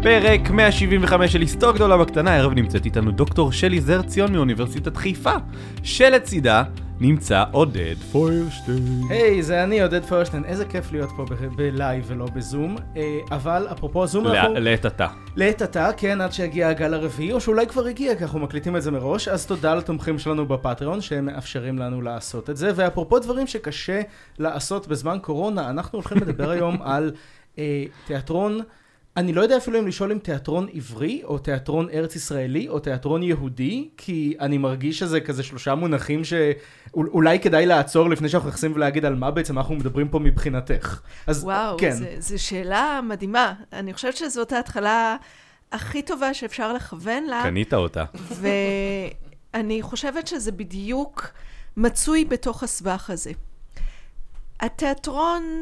פרק 175 של היסטוריה גדולה בקטנה. הערב נמצאת איתנו דוקטור שלי זר ציון מאוניברסיטת חיפה, שלצידה נמצא עודד פוירשטיין. היי, זה אני עודד פוירשטיין. איזה כיף להיות פה בלייב ולא בזום. אבל אפרופו זום, לעת עתה, כן, עד שהגיע הגל הרביעי, או שאולי כבר הגיע, כי אנחנו מקליטים את זה מראש. אז תודה לתומכים שלנו בפטריון שהם מאפשרים לנו לעשות את זה. ואפרופו דברים שקשה לעשות בזמן קורונה, אנחנו הולכים לדבר היום על תיאטרון. אני לא יודע אפילו אם לשאול אם תיאטרון עברי, או תיאטרון ארץ ישראלי, או תיאטרון יהודי, כי אני מרגיש שזה כזה שלושה מונחים שאולי כדאי לעצור לפני שאנחנו נכנסים ולהגיד על מה בעצם אנחנו מדברים פה מבחינתך. אז, וואו, כן. זו שאלה מדהימה. אני חושבת שזאת ההתחלה הכי טובה שאפשר לכוון לה. קנית אותה. ואני חושבת שזה בדיוק מצוי בתוך הסבך הזה. התיאטרון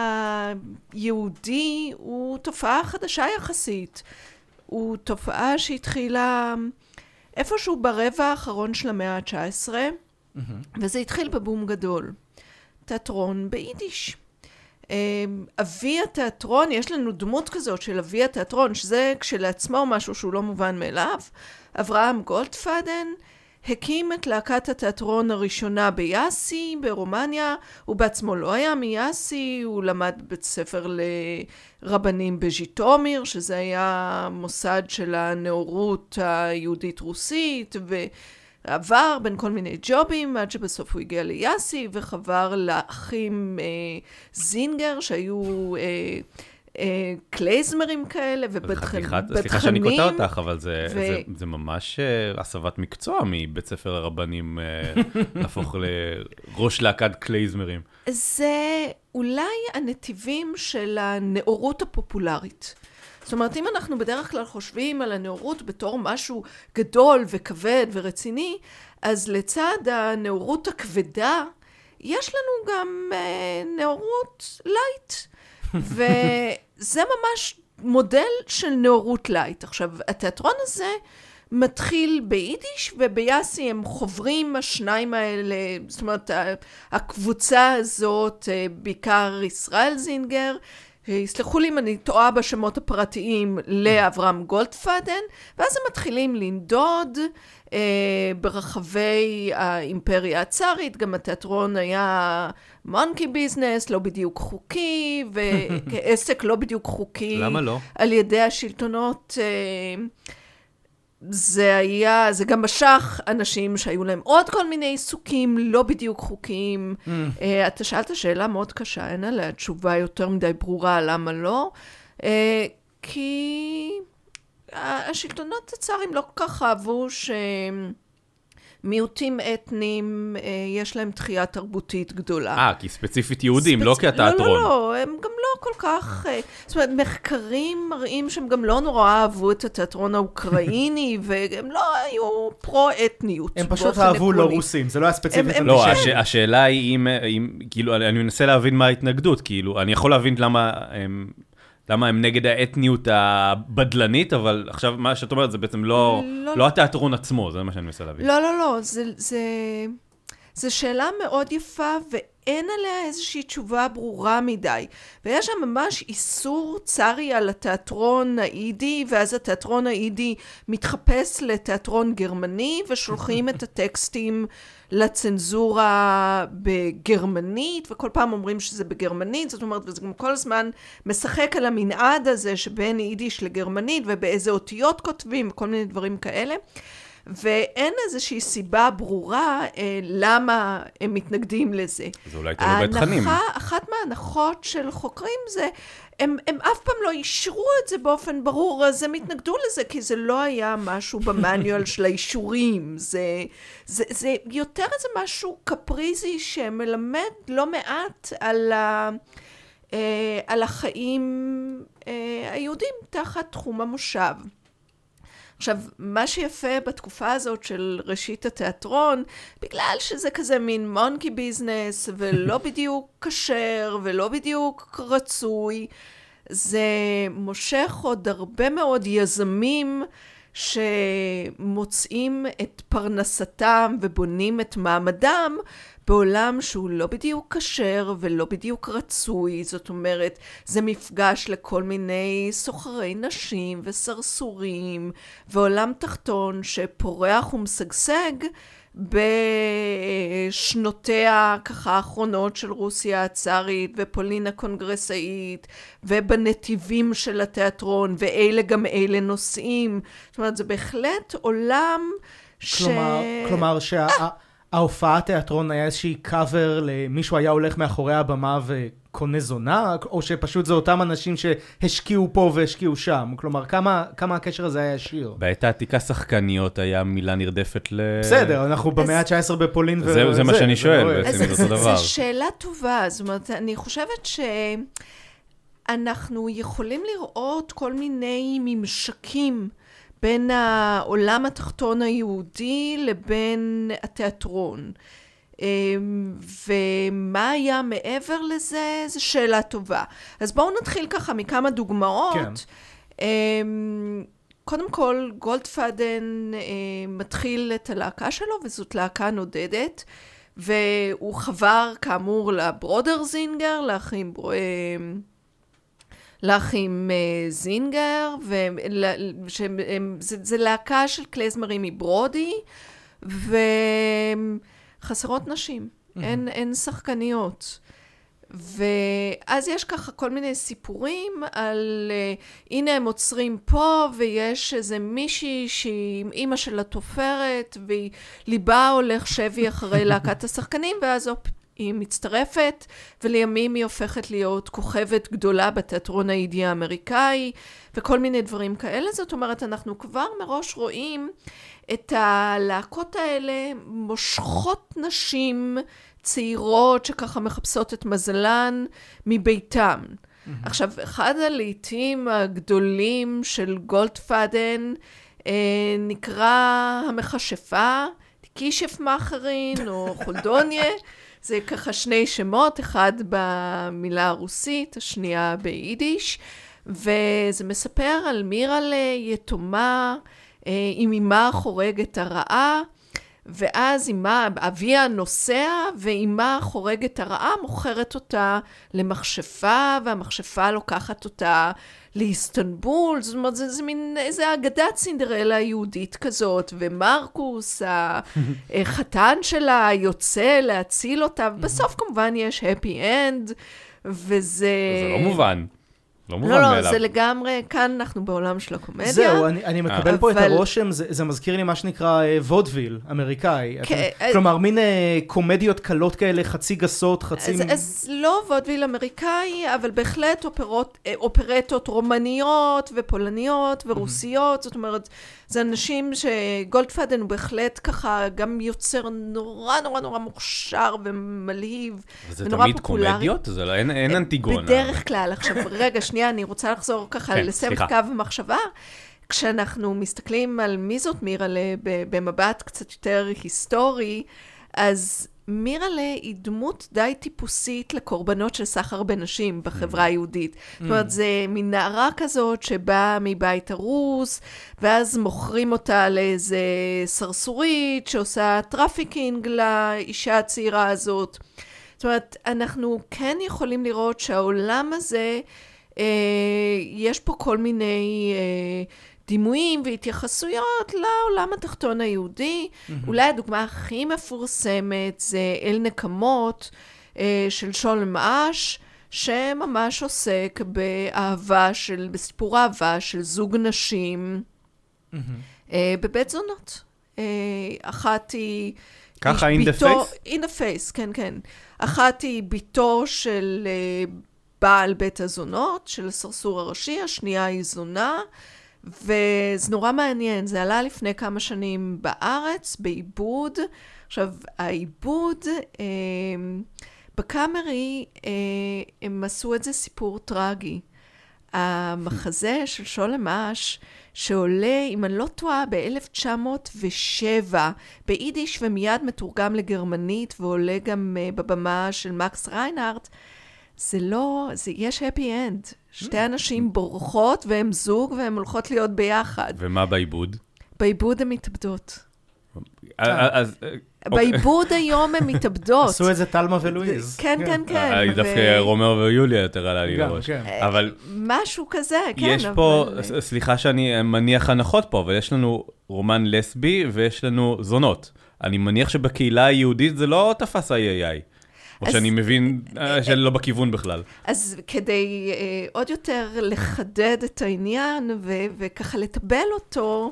היהודי הוא תופעה חדשה יחסית. הוא תופעה שהתחילה איפשהו ברבע האחרון של המאה ה-19, וזה התחיל בבום גדול. תיאטרון ביידיש. אבי התיאטרון, יש לנו דמות כזאת של אבי התיאטרון, שזה כשלעצמו משהו שהוא לא מובן מאליו. אברהם גולדפאדן הקים את להקת התיאטרון הראשונה ביאסי, ברומניה. הוא בעצמו לא היה מיאסי, הוא למד בית ספר לרבנים בז'יטומיר, שזה היה מוסד של הנאורות היהודית-רוסית, ועבר בין כל מיני ג'ובים, עד שבסוף הוא הגיע ליאסי, וחבר לאחים זינגר, שהיו קלייזמרים כאלה, ובתכנים. סליחה שאני קוטע אותך, אבל זה ממש הסבת מקצוע מבית ספר הרבנים להפוך לראש להקת קלייזמרים. זה אולי הנתיבים של הנאורות הפופולרית. זאת אומרת, אם אנחנו בדרך כלל חושבים על הנאורות בתור משהו גדול וכבד ורציני, אז לצד הנאורות הכבדה, יש לנו גם נאורות לייט. וזה ממש מודל של נאורות לייט. עכשיו, התיאטרון הזה מתחיל ביידיש, וביאסי הם חוברים השניים האלה, זאת אומרת, הקבוצה הזאת, בעיקר ישראל זינגר, יסלחו לי אם אני טועה בשמות הפרטיים, לאברהם גולדפאדן, ואז הם מתחילים לנדוד ברחבי האימפריה הצארית. גם התיאטרון היה מונקי ביזנס, לא בדיוק חוקי, ועסק לא בדיוק חוקי. למה לא? על ידי השלטונות. זה גם משך אנשים שהיו להם עוד כל מיני עיסוקים לא בדיוק חוקיים. אתה שאלת שאלה מאוד קשה, אין עליה תשובה יותר מדי ברורה למה לא. כי השלטונות הצארים לא כל כך אהבו מיעוטים אתניים יש להם דחייה תרבותית גדולה. כי ספציפית יהודים, לא כתיאטרון. לא, הם גם לא כל כך, זאת אומרת, מחקרים מראים שהם גם לא נורא אהבו את התיאטרון האוקראיני, והם לא היו פרו-אתניות. הם פשוט אהבו לא רוסים, זה לא היה ספציפית. לא, השאלה היא אם, כאילו, אני מנסה להבין מה ההתנגדות, כאילו, אני יכול להבין למה הם נגד האתניות הבדלנית, אבל עכשיו מה שאת אומרת זה בעצם לא התיאטרון עצמו, זה מה שאני מנסה להבין. לא, זה שאלה מאוד יפה, ואין עליה איזושהי תשובה ברורה מדי. ויש שם ממש איסור צרי על התיאטרון האידי, ואז התיאטרון האידי מתחפש לתיאטרון גרמני, ושולחים את הטקסטים לצנזורה בגרמנית, וכל פעם אומרים שזה בגרמנית, זאת אומרת, וזה גם כל הזמן משחק על המנעד הזה שבין יידיש לגרמנית, ובאיזה אותיות כותבים, כל מיני דברים כאלה. ואין איזושהי סיבה ברורה למה הם מתנגדים לזה. זה אולי תלוי בתכנים. אחת מההנחות של חוקרים זה, הם אף פעם לא אישרו את זה באופן ברור, אז הם התנגדו לזה, כי זה לא היה משהו במניואל של האישורים. זה יותר איזה משהו קפריזי שמלמד לא מעט על החיים היהודים תחת תחום המושב. עכשיו, מה שיפה בתקופה הזאת של ראשית התיאטרון, בגלל שזה כזה מין מונקי ביזנס, ולא בדיוק כשר, ולא בדיוק רצוי, זה מושך עוד הרבה מאוד יזמים שמוצאים את פרנסתם ובונים את מעמדם בעולם שהוא לא בדיוק כשר ולא בדיוק רצוי. זאת אומרת, זה מפגש לכל מיני סוחרי נשים וסרסורים, ועולם תחתון שפורח ומשגשג בשנותיה ככה האחרונות של רוסיה הצארית ופולין הקונגרסאית, ובנתיבים של התיאטרון, ואלה גם אלה נושאים. זאת אומרת, זה בהחלט עולם כלומר ההופעת תיאטרון היה איזושהי קאבר למישהו היה הולך מאחורי הבמה וקונה זונה, או שפשוט זה אותם אנשים שהשקיעו פה והשקיעו שם? כלומר, כמה הקשר הזה היה ישיר? בעת העתיקה שחקניות היה מילה נרדפת בסדר, אנחנו במאה ה-19 בפולין זה מה שאני שואל, בעצם זה אותו דבר. זו שאלה טובה, זאת אומרת, אני חושבת שאנחנו יכולים לראות כל מיני ממשקים בין העולם התחתון היהודי לבין התיאטרון. ומה היה מעבר לזה? זו שאלה טובה. אז בואו נתחיל ככה מכמה דוגמאות. כן. קודם כל, גולדפאדן מתחיל את הלהקה שלו, וזאת להקה נודדת, והוא חבר כאמור לברודר זינגר, לאחים זינגר, זה להקה של קלזמרים מברודי, וחסרות נשים, אין שחקניות. ואז יש ככה כל מיני סיפורים על, הנה הם עוצרים פה, ויש איזה מישהי שהיא עם אמא שלה תופרת, והיא ליבה הולך שבי אחרי להקת השחקנים, ואז היא מצטרפת, ולימים היא הופכת להיות כוכבת גדולה בתיאטרון היידי האמריקאי, וכל מיני דברים כאלה. זאת אומרת, אנחנו כבר מראש רואים את הלהקות האלה מושכות נשים צעירות שככה מחפשות את מזלן מביתם. עכשיו, אחד הלעיתים הגדולים של גולדפאדן נקרא המכשפה, קישף מאחרין או חולדוניה. זה ככה שני שמות, אחד במילה הרוסית, השנייה ביידיש, וזה מספר על מירלה יתומה עם אמה חורגת הרעה, ואז אביה נוסע, ואמה חורגת הרעה מוכרת אותה למכשפה, והמכשפה לוקחת אותה לאיסטנבול. זאת אומרת, זה מין איזה אגדת סינדרלה יהודית כזאת, ומרקוס, החתן שלה, יוצא להציל אותה, ובסוף כמובן יש happy end, וזה... זה לא מובן. לא מובן מאליו. לא, זה לגמרי, כאן אנחנו בעולם של הקומדיה. זהו, אני מקבל פה את הרושם, זה מזכיר לי מה שנקרא וודוויל, אמריקאי. כלומר, מין קומדיות קלות כאלה, חצי גסות, חצי... אז לא וודוויל אמריקאי, אבל בהחלט אופרטות רומניות ופולניות ורוסיות, זאת אומרת, זה אנשים שגולדפאדן הוא בהחלט ככה גם יוצר נורא נורא נורא מוכשר ומלהיב. זה תמיד קומדיות? אין אנטיגונה. בדרך כלל, עכשיו רגע, שנייה, אני רוצה לחזור ככה לסיים קו המחשבה. כשאנחנו מסתכלים על מי זאת מירלה במבט קצת יותר היסטורי, אז מירלה היא דמות די טיפוסית לקורבנות של סחר בנשים בחברה היהודית. זאת אומרת, זה מין נערה כזאת שבאה מבית הרוס, ואז מוכרים אותה לאיזה סרסורית שעושה טראפיקינג לאישה הצעירה הזאת. זאת אומרת, אנחנו כן יכולים לראות שהעולם הזה, יש פה כל מיני דימויים והתייחסויות לעולם התחתון היהודי. אולי הדוגמה הכי מפורסמת זה אל נקמות של שולם אש, שממש עוסק בסיפור אהבה של זוג נשים בבית זונות. אחת היא... ככה in the face? in the face, כן, כן. אחת היא ביתו של בעל בית הזונות, של הסרסור הראשי, השנייה היא זונה, וזה נורא מעניין, זה עלה לפני כמה שנים בארץ, בעיבוד. עכשיו, העיבוד, בקאמרי, הם עשו את זה סיפור טרגי. המחזה של שולם אש, שעולה, אם אני לא טועה, ב-1907, ביידיש ומיד מתורגם לגרמנית, ועולה גם בבמה של מקס ריינהרט, יש happy end. שתי אנשים בורחות, והם זוג, והם הולכות להיות ביחד. ומה בעיבוד? בעיבוד הן מתאבדות. אז... בעיבוד היום הן מתאבדות. עשו איזה תלמה ולואיז. כן, כן, כן. דווקא רומאו ויוליה יותר עלה לי לראש. אבל... משהו כזה, כן. יש פה, סליחה שאני מניח הנחות פה, אבל יש לנו רומן לסבי ויש לנו זונות. אני מניח שבקהילה היהודית זה לא תפס איי-איי. או שאני מבין שאני לא בכיוון בכלל. אז כדי עוד יותר לחדד את העניין וככה לטבל אותו,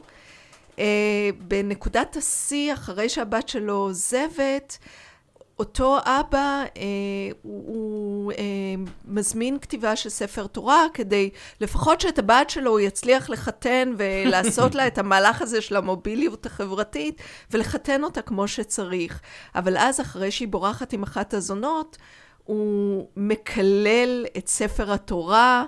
בנקודת השיא, אחרי שהבת שלו עוזבת, אותו אבא, הוא מזמין כתיבה של ספר תורה, כדי לפחות שאת הבת שלו הוא יצליח לחתן ולעשות לה את המהלך הזה של המוביליות החברתית, ולחתן אותה כמו שצריך. אבל אז אחרי שהיא בורחת עם אחת הזונות, הוא מקלל את ספר התורה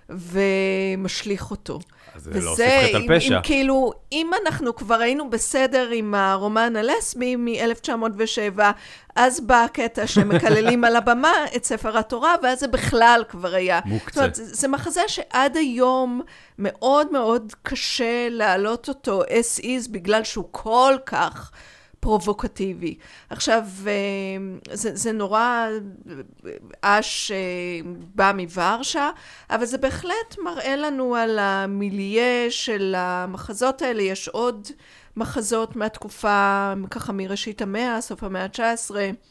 ומשליך אותו. אז זה לא הוסיף חטא על פשע. כאילו, אם אנחנו כבר היינו בסדר עם הרומן הלסבי מ-1907, אז בא הקטע שמקללים על הבמה את ספר התורה, ואז זה בכלל כבר היה. מוקצה. זאת אומרת, זה מחזה שעד היום מאוד מאוד קשה להעלות אותו as is, בגלל שהוא כל כך פרובוקטיבי. עכשיו, זה נורא אש בא מוורשה, אבל זה בהחלט מראה לנו על המיליה של המחזות האלה. יש עוד מחזות מהתקופה, ככה מראשית המאה, סוף המאה ה-19,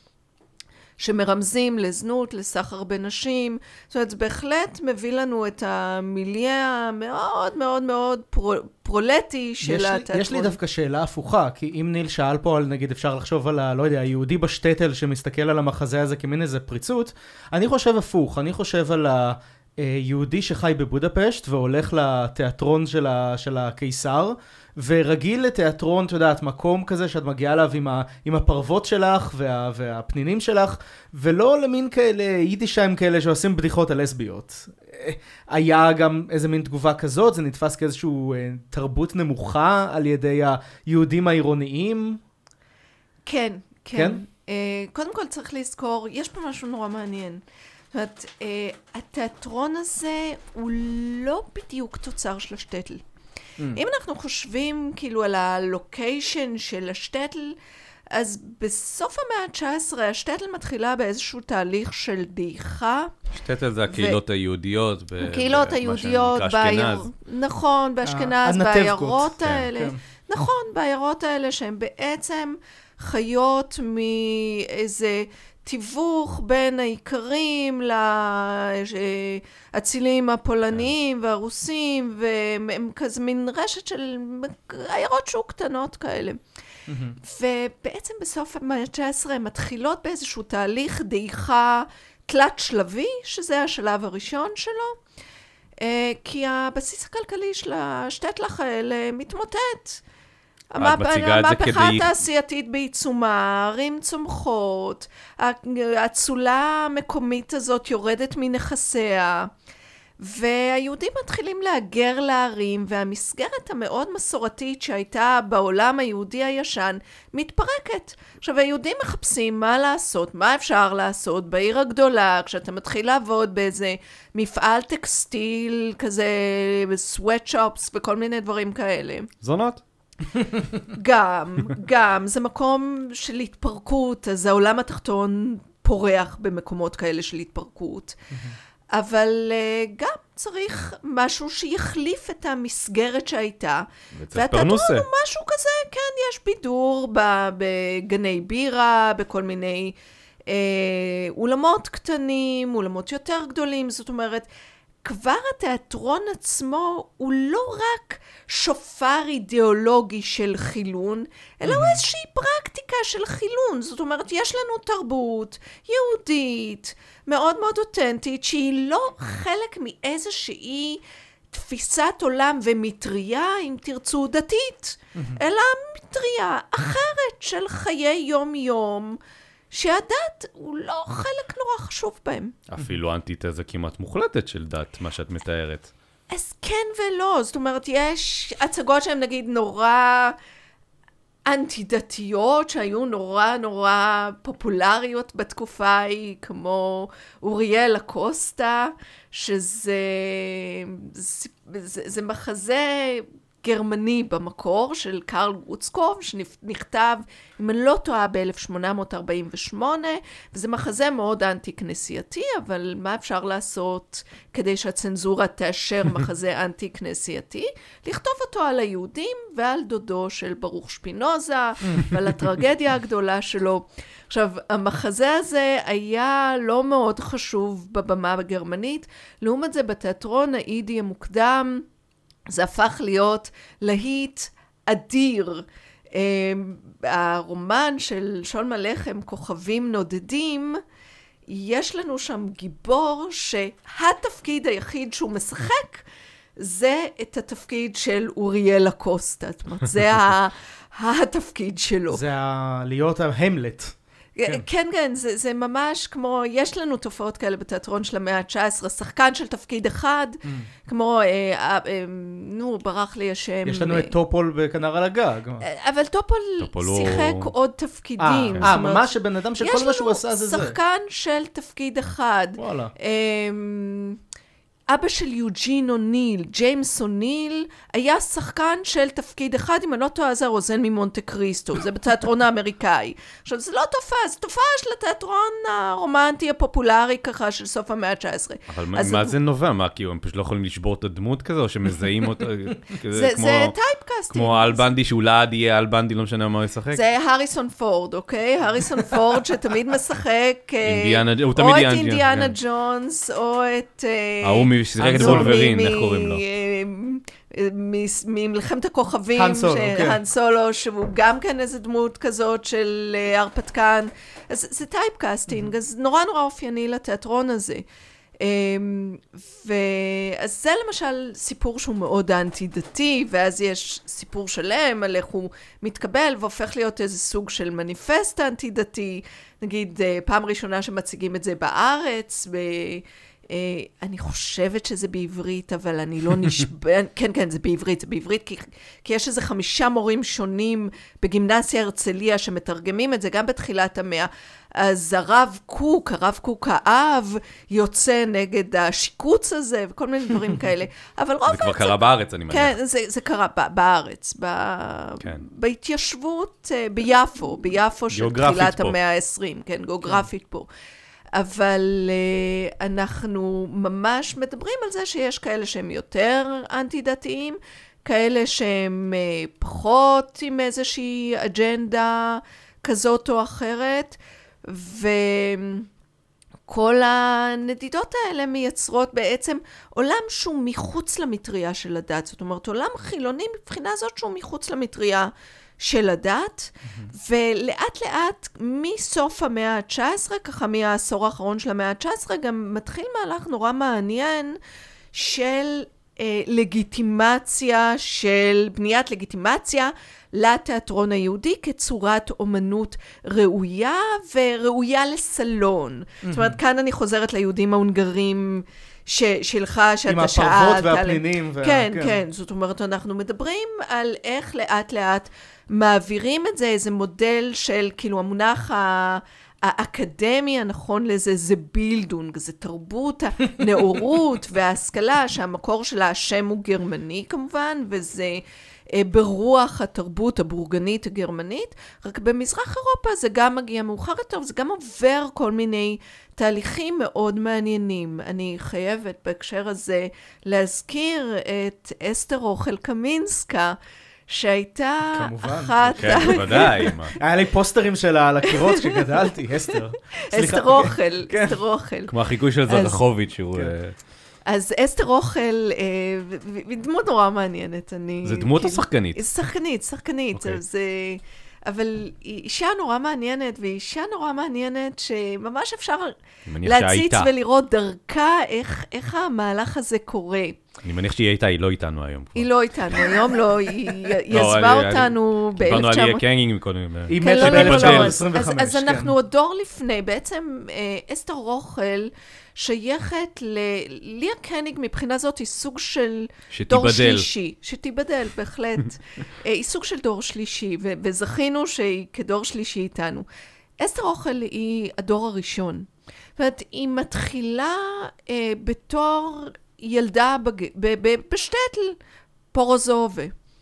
שמרמזים לזנות, לסחר בנשים. זאת אומרת, זה בהחלט מביא לנו את המיליה המאוד מאוד מאוד פרולטי של התיאטרון. יש לי דווקא שאלה הפוכה, כי אם ניל שאל פה על, נגיד, אפשר לחשוב על לא יודע, היהודי בשטטל שמסתכל על המחזה הזה כמין איזה פריצות, אני חושב הפוך, אני חושב על היהודי שחי בבודפשט והולך לתיאטרון של הקיסר, ורגיל לתיאטרון, אתה יודעת, מקום כזה שאת מגיעה אליו עם הפרוות שלך והפנינים שלך, ולא למין כאלה, יידישיים כאלה שעושים בדיחות על לסביות. היה גם איזה מין תגובה כזאת, זה נתפס כאיזשהו תרבות נמוכה על ידי היהודים העירוניים? כן, כן. קודם כל צריך לזכור, יש פה משהו נורא מעניין. זאת אומרת, התיאטרון הזה הוא לא בדיוק תוצר של השטטל. אם אנחנו חושבים כאילו על הלוקיישן של השטטל, אז בסוף המאה ה-19 השטטל מתחילה באיזשהו תהליך של דעיכה. שטטל זה הקהילות היהודיות. הקהילות היהודיות. נכון, באשכנז, בעיירות האלה. נכון, בעיירות האלה שהן בעצם חיות מאיזה תיווך בין העיקרים לאצילים הפולניים והרוסים, והם כזה מין רשת של עיירות שוק קטנות כאלה. ובעצם בסוף המאה ה-19 הם מתחילות באיזשהו תהליך דעיכה תלת שלבי, שזה השלב הראשון שלו, כי הבסיס הכלכלי של השטטלך האלה מתמוטט. המהפכה התעשייתית בעיצומה, ערים צומחות, האצולה המקומית הזאת יורדת מנכסיה, והיהודים מתחילים להגר לערים, והמסגרת המאוד מסורתית שהייתה בעולם היהודי הישן מתפרקת. עכשיו, היהודים מחפשים מה לעשות, מה אפשר לעשות בעיר הגדולה, כשאתה מתחיל לעבוד באיזה מפעל טקסטיל, כזה sweatshops וכל מיני דברים כאלה. זונות? גם, זה מקום של התפרקות, אז העולם התחתון פורח במקומות כאלה של התפרקות. אבל גם צריך משהו שיחליף את המסגרת שהייתה. והתיאטרון הוא משהו כזה, כן, יש בידור בגני בירה, בכל מיני אולמות קטנים, אולמות יותר גדולים, זאת אומרת, כבר התיאטרון עצמו הוא לא רק שופר אידיאולוגי של חילון, אלא הוא איזושהי פרקטיקה של חילון. זאת אומרת, יש לנו תרבות יהודית, מאוד מאוד אותנטית, שהיא לא חלק מאיזושהי תפיסת עולם ומטריה, אם תרצו, דתית, אלא מטריה אחרת של חיי יום-יום, שהדת הוא לא חלק נורא חשוב בהם. אפילו אנטיתזה כמעט מוחלטת של דת, מה שאת מתארת. אז כן ולא, זאת אומרת, יש הצגות שהן נגיד נורא אנטי-דתיות, שהיו נורא נורא פופולריות בתקופה ההיא, כמו אוריאל הקוסטה, שזה מחזה גרמני במקור של קרל גוצקוב, שנכתב, אם אני לא טועה, ב-1848, וזה מחזה מאוד אנטי-כנסייתי, אבל מה אפשר לעשות כדי שהצנזורה תאשר מחזה אנטי-כנסייתי? לכתוב אותו על היהודים ועל דודו של ברוך שפינוזה, ועל הטרגדיה הגדולה שלו. עכשיו, המחזה הזה היה לא מאוד חשוב בבמה הגרמנית, לעומת זה בתיאטרון האידי המוקדם, זה הפך להיות להיט אדיר. הרומן של שולמן לחם, כוכבים נודדים, יש לנו שם גיבור שהתפקיד היחיד שהוא משחק, זה את התפקיד של אוריאל הקוסטה. זאת אומרת, זה התפקיד שלו. זה להיות ההמלט. כן, כן, זה ממש כמו, יש לנו תופעות כאלה בתיאטרון של המאה ה-19, שחקן של תפקיד אחד, כמו, ברח לי השם. יש לנו את טופול בכנר על הגג. אבל טופול שיחק עוד תפקידים. ממש שבן אדם שכל מה שהוא עשה זה זה. יש לנו שחקן של תפקיד אחד. וואלה. אבא של יוג'ין אוניל, ג'יימס אוניל, היה שחקן של תפקיד אחד, אם אני לא טועה, זה הרוזן ממונטה קריסטו, זה בתיאטרון האמריקאי. עכשיו, זה לא תופעה, זה תופעה של התיאטרון הרומנטי הפופולרי ככה של סוף המאה ה-19. אבל מה זה נובע? מה, כאילו, הם פשוט לא יכולים לשבור את הדמות כזה, או שמזהים אותה? זה טייפקאסטינג. כמו אל בנדי, שאולעד יהיה אל בנדי, לא משנה מה הוא ישחק. זה הריסון פורד, אוקיי? הריסון פורד שתמיד משחק, הוא תמיד או את אינדיאנה ג'ונס, או את... ששיחק את וולברין, איך קוראים לו? ממלחמת הכוכבים, האן סולו, שהוא גם כן איזה דמות כזאת של הרפתקן. אז זה טייפקאסטינג, אז נורא נורא אופייני לתיאטרון הזה. אז זה למשל סיפור שהוא מאוד אנטי-דתי, ואז יש סיפור שלם על איך הוא מתקבל והופך להיות איזה סוג של מניפסט אנטי-דתי. נגיד, פעם ראשונה שמציגים את זה בארץ, אני חושבת שזה בעברית, אבל אני לא נשבע... כן, זה בעברית, כי יש איזה 5 מורים שונים בגימנסיה הרצליה שמתרגמים את זה גם בתחילת המאה. אז הרב קוק האב, יוצא נגד השיקוץ הזה, וכל מיני דברים כאלה. אבל רוב... זה כבר קרה בארץ, אני מניח. כן, זה קרה בארץ, בהתיישבות ביפו של תחילת המאה ה-20, כן, גיאוגרפית פה. אבל אנחנו ממש מדברים על זה שיש כאלה שהם יותר אנטי-דתיים, כאלה שהם פחות עם איזושהי אג'נדה כזאת או אחרת, וכל הנדידות האלה מייצרות בעצם עולם שהוא מחוץ למטריה של הדת. זאת אומרת, עולם חילוני מבחינה זאת שהוא מחוץ למטריה של הדת, ולאט לאט מסוף המאה ה-19, ככה מהעשור האחרון של המאה ה-19, גם מתחיל מהלך נורא מעניין של לגיטימציה, של בניית לגיטימציה לתיאטרון היהודי כצורת אומנות ראויה וראויה לסלון. זאת אומרת, כאן אני חוזרת ליהודים ההונגרים שלך, שאתה שאלת. עם הפרוות והפנינים. כן. זאת אומרת, אנחנו מדברים על איך לאט לאט מעבירים את זה, איזה מודל של, כאילו, המונח האקדמי הנכון לזה, זה בילדונג, זה תרבות הנאורות וההשכלה, שהמקור שלה, השם הוא גרמני כמובן, וזה ברוח התרבות הבורגנית הגרמנית, רק במזרח אירופה זה גם מגיע מאוחר יותר, זה גם עובר כל מיני תהליכים מאוד מעניינים. אני חייבת בהקשר הזה להזכיר את אסתר רוכל קמינסקה, שהייתה אחת... כן, בוודאי. היה לי פוסטרים שלה על הקירות כשגדלתי, אסתר. אסתר רוכל. כמו החיקוי של זרחוביץ' שהוא... אז אסתר רוכל, היא דמות נורא מעניינת. זה דמות או שחקנית? שחקנית. אבל היא אישה נורא מעניינת, והיא אישה נורא מעניינת שממש אפשר להציץ ולראות דרכה איך המהלך הזה קורה. אני מניח שהיא הייתה, היא לא איתנו היום. היא לא איתנו היום, לא, היא עזבה אותנו ב-1900. דיברנו על ליה קנינג קודם. היא מתה ב-1925. אז אנחנו עוד דור לפני, בעצם אסתר רוכל שייכת לליה קניג מבחינה זאת היא סוג של דור שלישי. שתיבדל, בהחלט. היא סוג של דור שלישי, וזכינו שהיא כדור שלישי איתנו. אסתר רוכל היא הדור הראשון. זאת אומרת, היא מתחילה בתור ילדה בשטטל פורוזובה.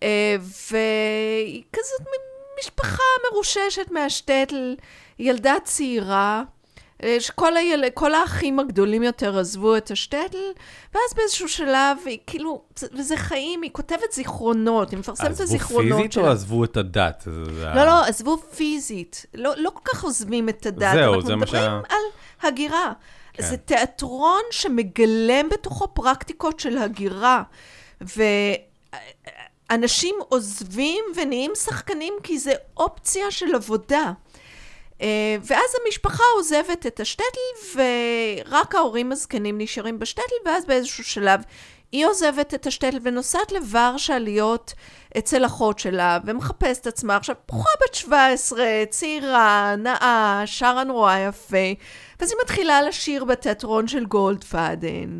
והיא כזאת משפחה מרוששת מהשטטל, ילדה צעירה, שכל האחים הגדולים יותר עזבו את השטטל, ואז באיזשהו שלב, היא כאילו, וזה חיים, היא כותבת זיכרונות, היא מפרסמת את הזיכרונות שלה. עזבו פיזית או עזבו את הדת? לא, עזבו פיזית. לא כל כך עוזבים את הדת. זהו, אנחנו מדברים על הגירה. זה תיאטרון שמגלם בתוכו פרקטיקות של הגירה, ואנשים עוזבים ונהיים שחקנים כי זה אופציה של עבודה. ואז המשפחה עוזבת את השטטל, ורק ההורים הזקנים נשארים בשטטל, ואז באיזשהו שלב היא עוזבת את השטטל ונוסעת לוורשה להיות אצל אחות שלה, ומחפשת עצמה. עכשיו, בחורה בת 17, צעירה, נאה, שרה נורא יפה, ואז היא מתחילה לשיר בתיאטרון של גולדפאדן.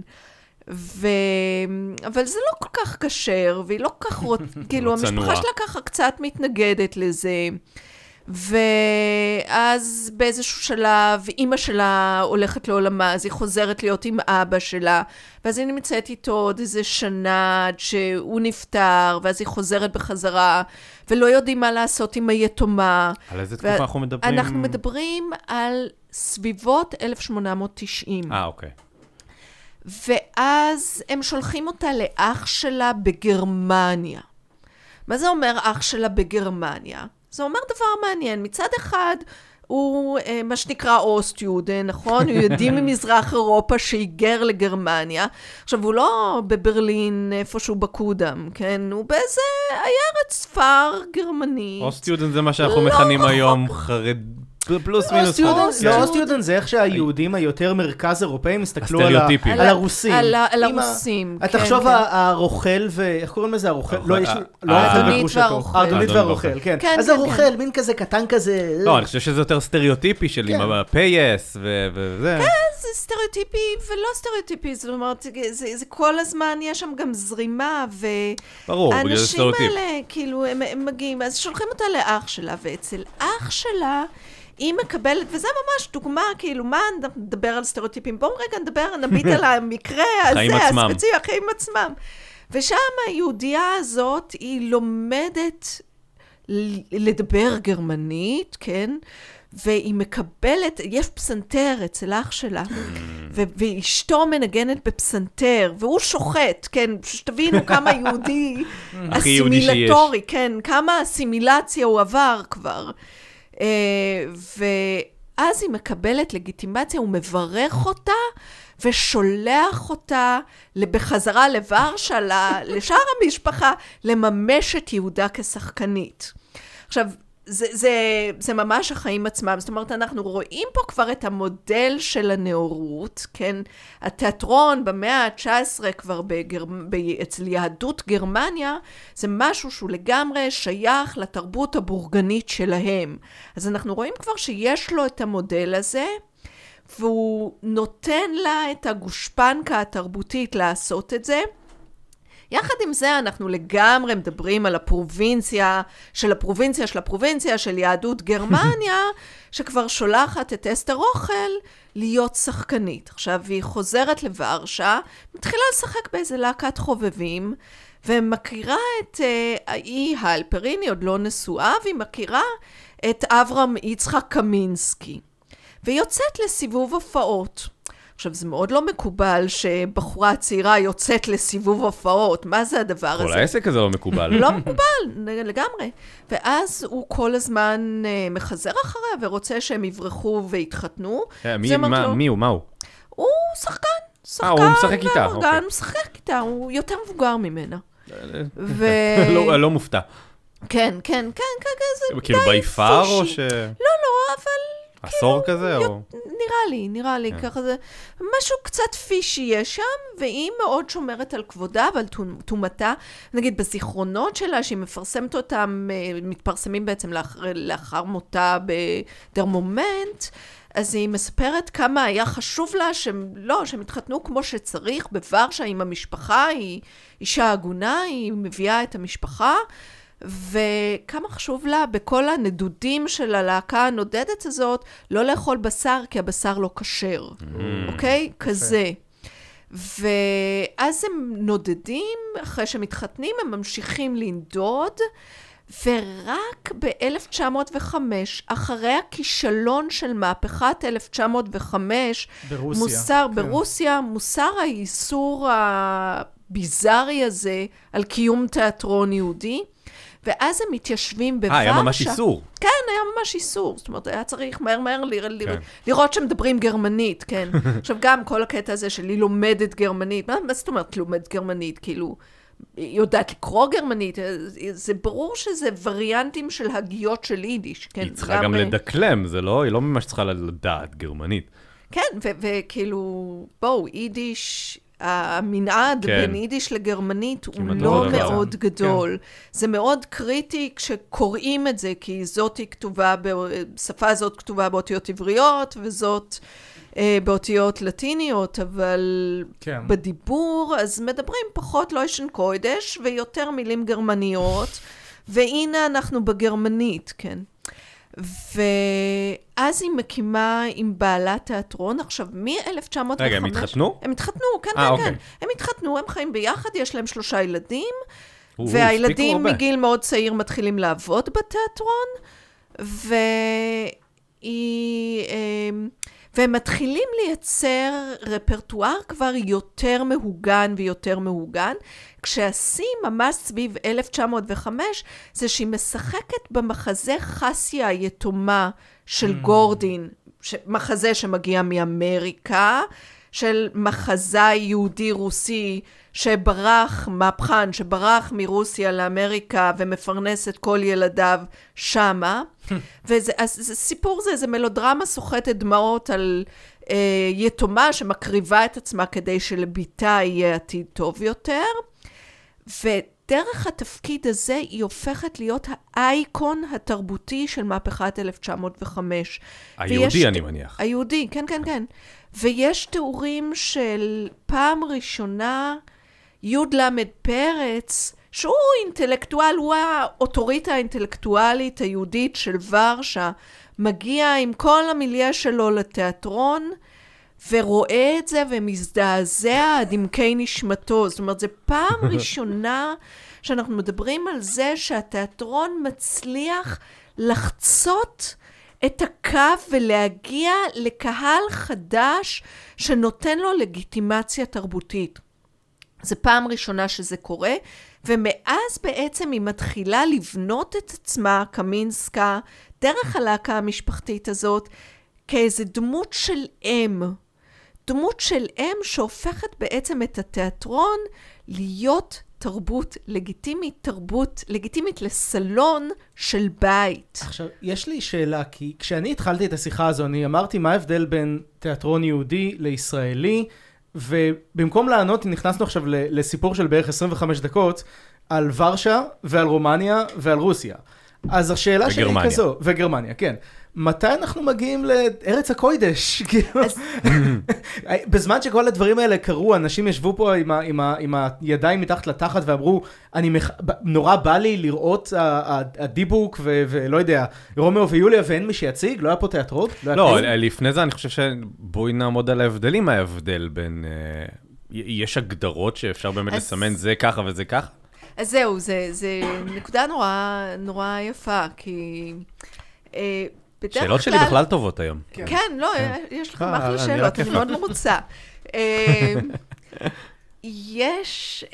אבל זה לא כל כך קשר, והיא לא כל כך כאילו, המשפחה שלה ככה קצת מתנגדת לזה. ואז באיזשהו שלב, אמא שלה הולכת לעולמה, אז היא חוזרת להיות עם אבא שלה, ואז היא נמצאת איתו עוד איזה שנה עד שהוא נפטר, ואז היא חוזרת בחזרה, ולא יודעים מה לעשות עם היתומה. על איזה תקופה אנחנו מדברים? אנחנו מדברים על סביבות 1890. אוקיי. ואז הם שולחים אותה לאח שלה בגרמניה. מה זה אומר אח שלה בגרמניה? זה אומר דבר מעניין. מצד אחד, הוא מה שנקרא אוסט-יודן, נכון? הוא יודעים ממזרח אירופה שהיגר לגרמניה. עכשיו, הוא לא בברלין איפשהו בקודם, כן? הוא באיזה איירת ספר גרמנית. אוסט-יודן זה מה שאנחנו מכנים היום חרד... פלוס מינוס. לא, אוסט-יודן זה איך שהיהודים היותר מרכז אירופאים הסתכלו על הרוסים. על הרוסים, כן. תחשוב הרוכל איך קוראים לזה הרוכל? האדונית והרוכל, כן. אז הרוכל, מין כזה קטן כזה. לא, אני חושב שזה יותר סטריאוטיפי של עם הפייס וזה. כן, זה סטריאוטיפי ולא סטריאוטיפי. זאת אומרת, זה כל הזמן, יש שם גם זרימה, והאנשים האלה, כאילו, הם מגיעים, אז שולחים אותה לאח שלה, ואצל אח שלה, היא מקבלת, וזה ממש דוגמה, כאילו, מה נדבר על סטריאוטיפים? בואו רגע נביט על המקרה הזה, הספציפי, החיים עצמם. ושם היהודייה הזאת, היא לומדת לדבר גרמנית, כן? והיא מקבלת, יש פסנתר אצל אח שלה, ואשתו מנגנת בפסנתר, והוא שוחט, כן? שתבינו כמה יהודי אסימילטורי, כן? כמה אסימילציה הוא עבר כבר. ואז היא מקבלת לגיטימציה, הוא מברך אותה ושולח אותה בחזרה לוורשה, לשאר המשפחה, לממש את יהודה כשחקנית. עכשיו, זה ממש החיים עצמם. זאת אומרת, אנחנו רואים פה כבר את המודל של הנאורות, כן? התיאטרון במאה ה-19 כבר אצל יהדות גרמניה, זה משהו שהוא לגמרי שייך לתרבות הבורגנית שלהם. אז אנחנו רואים כבר שיש לו את המודל הזה, והוא נותן לה את הגושפנקה התרבותית לעשות את זה. יחד עם זה אנחנו לגמרי מדברים על הפרובינציה של יהדות גרמניה, שכבר שולחת את אסתר רוכל להיות שחקנית. עכשיו היא חוזרת לוורשה, מתחילה לשחק באיזה להקת חובבים, ומכירה את היא הלפרין, היא עוד לא נשואה, והיא מכירה את אברהם יצחק קמינסקי. והיא יוצאת לסיבוב הופעות. עכשיו, זה מאוד לא מקובל שבחורה צעירה יוצאת לסיבוב הופעות. מה זה הדבר הזה? כל העסק הזה לא מקובל. לא מקובל, לגמרי. ואז הוא כל הזמן מחזר אחריה ורוצה שהם יברחו והתחתנו. מי הוא? מה הוא? הוא שחקן. הוא משחק איתה. הוא משחק איתה, הוא יותר מבוגר ממנה. לא מופתע. כן. כאילו ביפר או ש... לא, אבל... עשור כזה או... נראה לי, ככה זה... משהו קצת פישי יש שם, והיא מאוד שומרת על כבודה ועל תומתה. נגיד, בזיכרונות שלה, שהיא מפרסמת אותם, מתפרסמים בעצם לאחר מותה בדר מומנט, אז היא מספרת כמה היה חשוב לה שהם התחתנו כמו שצריך, בוורשה עם המשפחה, היא אישה הגונה, היא מביאה את המשפחה, וכמה חשוב לה בכל הנדודים של הלהקה הנודדת הזאת, לא לאכול בשר, כי הבשר לא כשר. אוקיי? כזה. ואז הם נודדים, אחרי שמתחתנים, הם ממשיכים לנדוד, ורק ב-1905, אחרי הכישלון של מהפכת 1905, ברוסיה, מוסר האיסור הביזארי הזה על קיום תיאטרון יהודי, ואז הם מתיישבים בוורשה. היה ממש איסור. כן, היה ממש איסור. זאת אומרת, היה צריך מהר לראות שמדברים גרמנית, כן. עכשיו, גם כל הקטע הזה שלי לומדת גרמנית, מה זאת אומרת לומדת גרמנית? כאילו, יודעת לקרוא גרמנית, זה ברור שזה וריאנטים של הגיות של יידיש, כן. היא צריכה גם לדקלם, זה לא, היא לא ממש צריכה לדעת גרמנית. כן, וכאילו, בואו, יידיש, המנעד בין יידיש לגרמנית הוא לא מאוד גדול. זה מאוד קריטי כשקוראים את זה, כי זאת היא כתובה, שפה הזאת כתובה באותיות עבריות, וזאת באותיות לטיניות, אבל בדיבור, אז מדברים פחות לוישן קוידש, ויותר מילים גרמניות, והנה אנחנו בגרמנית, כן. ואז היא מקימה עם בעלת תיאטרון, עכשיו מ-1905... רגע, הם התחתנו? הם התחתנו, כן. הם התחתנו, הם חיים ביחד, יש להם 3 ילדים, והילדים מגיל מאוד צעיר מתחילים לעבוד בתיאטרון, והם מתחילים לייצר רפרטואר כבר יותר מהוגן ויותר מהוגן, כשהשיא ממש סביב 1905, זה שהיא משחקת במחזה חסיה היתומה של גורדין, מחזה שמגיע מאמריקה, של מחזאי יהודי-רוסי שברח, מהפכן, שברח מרוסיה לאמריקה ומפרנס את כל ילדיו שמה. אז סיפור זה מלודרמה סוחטת דמעות על יתומה שמקריבה את עצמה כדי שלביתה יהיה עתיד טוב יותר. ודרך התפקיד הזה היא הופכת להיות האייקון התרבותי של מהפכת 1905. היהודי אני מניח. היהודי, כן, כן, כן. ויש תיאורים של פעם ראשונה י' למד פרץ, שהוא אינטלקטואל, הוא האוטוריטה האינטלקטואלית היהודית של ורשה, מגיע עם כל המיליה שלו לתיאטרון, ורואה את זה ומזדעזע עד עמקי נשמתו. זאת אומרת, זו פעם ראשונה שאנחנו מדברים על זה שהתיאטרון מצליח לחצות את הקו ולהגיע לקהל חדש שנותן לו לגיטימציה תרבותית. זו פעם ראשונה שזה קורה, ומאז בעצם היא מתחילה לבנות את עצמה, קמינסקה, דרך הלהקה המשפחתית הזאת, כאיזו דמות של אם. דמות של אם שהופכת בעצם את התיאטרון להיות תרבות לגיטימית, תרבות לגיטימית לסלון של בית. עכשיו, יש לי שאלה, כי כשאני התחלתי את השיחה הזו, אני אמרתי מה ההבדל בין תיאטרון יהודי לישראלי, ובמקום לענות, נכנסנו עכשיו לסיפור של בערך 25 דקות, על ורשה ועל רומניה ועל רוסיה. אז השאלה שלי היא כזו, וגרמניה, כן. מתי אנחנו מגיעים לארץ הקוידש? בזמן שכל הדברים האלה קרו, אנשים ישבו פה עם הידיים מתחת לתחת ואמרו, נורא בא לי לראות הדיבוק ולא יודע, רומאו ויוליה ואין מי שיציג? לא היה פה תיאטרות? לא, לפני זה אני חושב שבואי נעמוד על ההבדלים, ההבדל בין... יש הגדרות שאפשר באמת לסמן זה ככה וזה ככה? אז זהו, זה נקודה נורא יפה, כי... שאלות שלי בכלל טובות היום. כן, לא, יש לך אחלה שאלות, אני מאוד מרוצה. יש...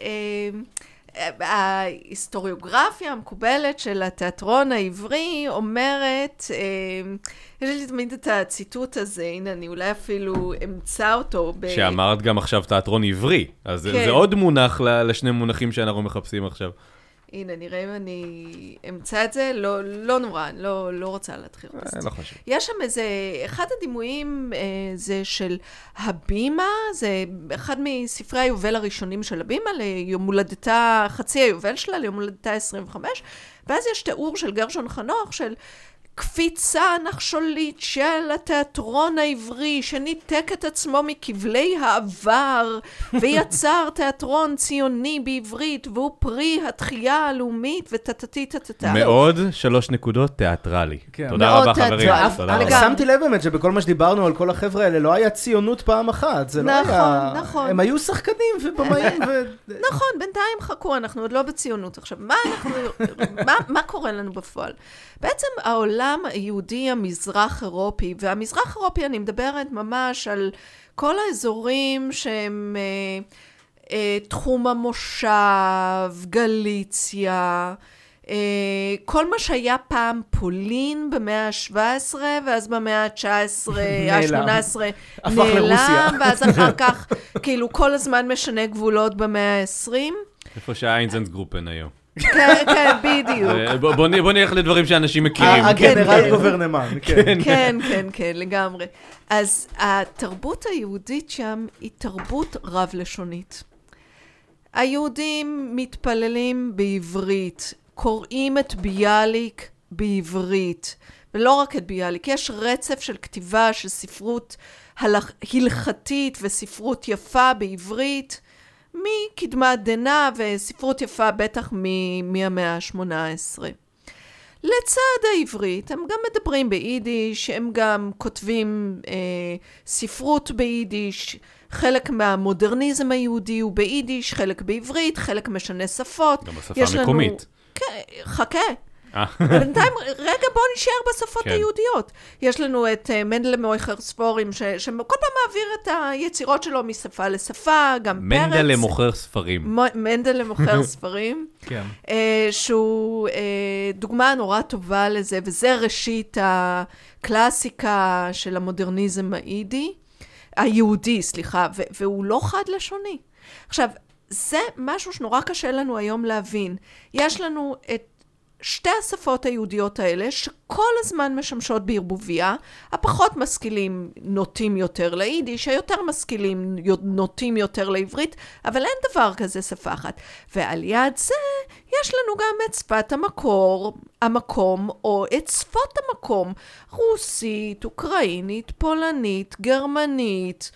ההיסטוריוגרפיה המקובלת של התיאטרון העברי אומרת, יש לי תמיד את הציטוט הזה, הנה אני אולי אפילו אמצא אותו. שאמרת גם עכשיו תיאטרון עברי, אז זה עוד מונח לשני מונחים שאנחנו מחפשים עכשיו. הנה, נראה אם אני אמצא את זה, לא נורא, לא רוצה להתחיל. לא חשוב. יש שם איזה, אחד הדימויים זה של הבימה, זה אחד מספרי היובל הראשונים של הבימה, ליום הולדתה, חצי היובל שלה, ליום הולדתה 25, ואז יש תיאור של גרשון חנוך של קפיצה נחשולית של התיאטרון העברי שניתק את עצמו מכבלי העבר ויצר תיאטרון ציוני בעברית והוא פרי התחייה הלאומית וטטטטטטט. מאוד 3 נקודות תיאטרלי. תודה רבה חברים. שמתי לב באמת שבכל מה שדיברנו על כל החבר'ה האלה לא היה ציונות פעם אחת. זה לא היה... נכון. הם היו שחקנים ובמאים נכון, בינתיים חכו, אנחנו עוד לא בציונות. עכשיו, מה קורה לנו בפועל? בעצם העולם היהודי המזרח אירופי, והמזרח אירופי אני מדברת ממש על כל האזורים שהם תחום המושב, גליציה, כל מה שהיה פעם פולין במאה ה-17, ואז במאה ה-19, ה-18 נעלם, ואז אחר כך כאילו כל הזמן משנה גבולות במאה ה-20. איפה שהאיינזנס-גרופן היום. כן, כן, בדיוק. בוא נלך לדברים שאנשים מכירים. הגנרל גוברנמן. כן, כן, כן, לגמרי. אז התרבות היהודית שם היא תרבות רב-לשונית. היהודים מתפללים בעברית, קוראים את ביאליק בעברית, ולא רק את ביאליק, יש רצף של כתיבה של ספרות הלכתית וספרות יפה בעברית, מקדמת דנא וספרות יפה בטח מהמאה ה-18. לצד העברית הם גם מדברים ביידיש, הם גם כותבים ספרות ביידיש, חלק מהמודרניזם היהודי הוא ביידיש, חלק בעברית, חלק משנה שפות. גם בשפה מקומית. חכה. בינתיים, רגע בוא נשאר בשפות היהודיות. יש לנו את מנדלה מויכר ספורים, שכל פעם מעביר את היצירות שלו משפה לשפה, גם פרץ. מנדלה מוכר ספרים. מנדלה מוכר ספרים. כן. שהוא דוגמה נורא טובה לזה, וזה ראשית הקלאסיקה של המודרניזם היהודי, סליחה, והוא לא חד לשוני. עכשיו, זה משהו שנורא קשה לנו היום להבין. יש לנו את שתי השפות היהודיות האלה, שכל הזמן משמשות בערבוביה, הפחות משכילים נוטים יותר ליידיש, היותר משכילים נוטים יותר לעברית, אבל אין דבר כזה שפה אחת. ועל יד זה, יש לנו גם את שפת המקום, או את שפות המקום, רוסית, אוקראינית, פולנית, גרמנית,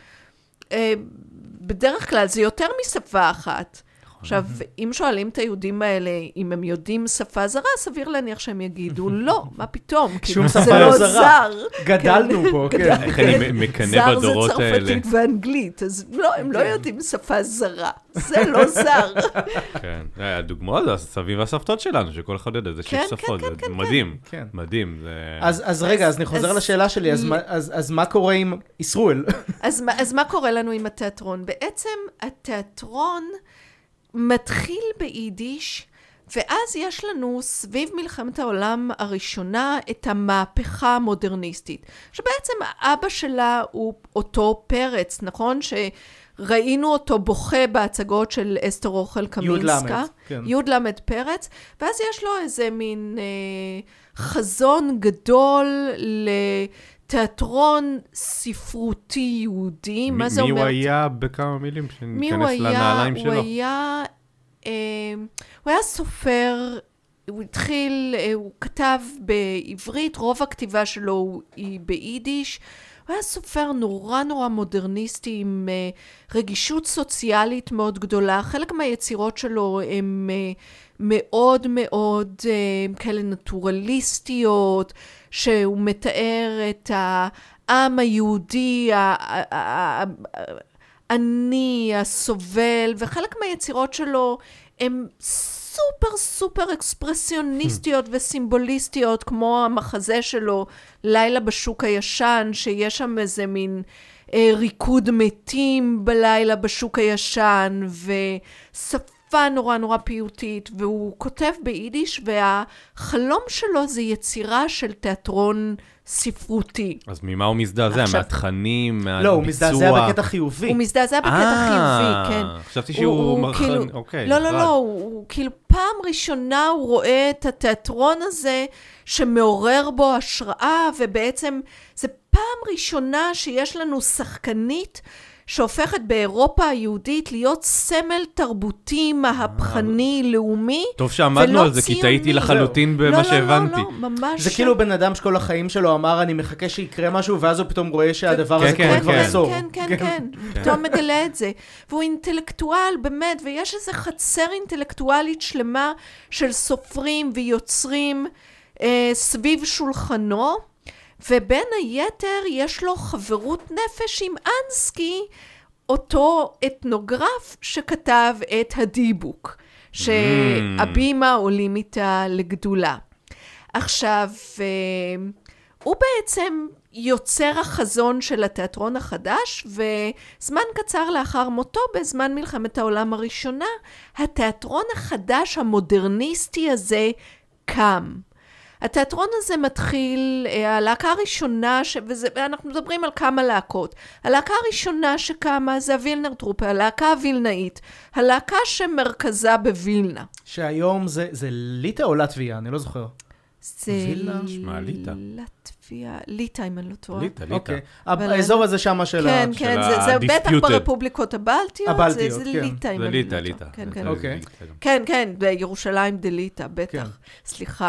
בדרך כלל זה יותר משפה אחת. עכשיו, אם שואלים את היהודים האלה, אם הם יודעים שפה זרה, סביר להניח שהם יגידו, לא, מה פתאום? שום שפה לא זר. גדלנו פה, כן. איך אני מקנה בדורות האלה. זר זה צרפתית ואנגלית, אז לא, הם לא יודעים שפה זרה. זה לא זר. כן, הדוגמאות, הסבים והסבתות שלנו, שכל אחד יודע, זה 6 שפות, זה מדהים, מדהים. אז רגע, אז אני חוזר לשאלה שלי, אז מה קורה עם ישראל? אז מה קורה לנו עם התיאטרון? בעצם התיאטרון מתחיל ביידיש, ואז יש לנו סביב מלחמת העולם הראשונה את המהפכה המודרניסטית, שבעצם האבא שלה הוא אותו פרץ, נכון? שראינו אותו בוכה בהצגות של אסתר רוכל קמינסקה, יוד למד פרץ, ואז יש לו איזה מין חזון גדול תיאטרון ספרותי יהודי. מה זה אומר? מי הוא היה בכמה מילים שניכנס לנעליים שלו? הוא היה סופר, הוא כתב בעברית, רוב הכתיבה שלו היא ביידיש, הוא היה סופר נורא נורא מודרניסטי עם רגישות סוציאלית מאוד גדולה, חלק מהיצירות שלו הן מאוד מאוד כאלה נטורליסטיות, שהוא מתאר את העם היהודי, העני, הסובל, וחלק מהיצירות שלו הן סופר סופר אקספרסיוניסטיות וסימבוליסטיות, כמו המחזה שלו, לילה בשוק הישן, שיש שם איזה מין ריקוד מתים בלילה בשוק הישן, ושפה נורא נורא פיוטית, והוא כותב ביידיש, והחלום שלו זה יצירה של תיאטרון ספרותי. אז ממה הוא מזדעזע? מהתכנים, מהביצוע? לא, הוא מזדעזע בקטע חיובי. הוא מזדעזע בקטע חיובי, כן. חשבתי שהוא מרחן, אוקיי. לא, הוא כאילו פעם ראשונה הוא רואה את התיאטרון הזה שמעורר בו השראה, ובעצם זה פעם ראשונה שיש לנו שחקנית שהופכת באירופה היהודית להיות סמל תרבותי, מהפכני, לאומי, טוב שעמדנו על זה, כי טעיתי לחלוטין במה שהבנתי. לא, ממש. זה כאילו בן אדם שכל החיים שלו אמר, אני מחכה שיקרה משהו, ואז הוא פתאום רואה שהדבר הזה קורה כבר עשור. כן, פתאום מגלה את זה. והוא אינטלקטואל, באמת, ויש איזו חצר אינטלקטואלית שלמה של סופרים ויוצרים סביב שולחנו, ובין היתר יש לו חברות נפש עם אנסקי, אותו אתנוגרף שכתב את הדיבוק, שהבימה עולים איתה לגדולה. עכשיו, הוא בעצם יוצר החזון של התיאטרון החדש, וזמן קצר לאחר מותו, בזמן מלחמת העולם הראשונה, התיאטרון החדש המודרניסטי הזה קם. התיאטרון הזה מתחיל, הלהקה הראשונה, ואנחנו מדברים על כמה להקות. הלהקה הראשונה שקמה זה הווילנר טרופה, הלהקה הווילנאית, הלהקה שמרכזה בווילנה. שהיום זה ליטא או לטביה? אני לא זוכר. זה לטביה, ליטא אם אני לא טועה. ליטא. אוקיי. האזור הזה שמה של כן, זה בטח ברפובליקות הבלטיות, זה ליטא אם אני לא טועה. כן, כן, בירושלים דליטא, בטח. סליחה.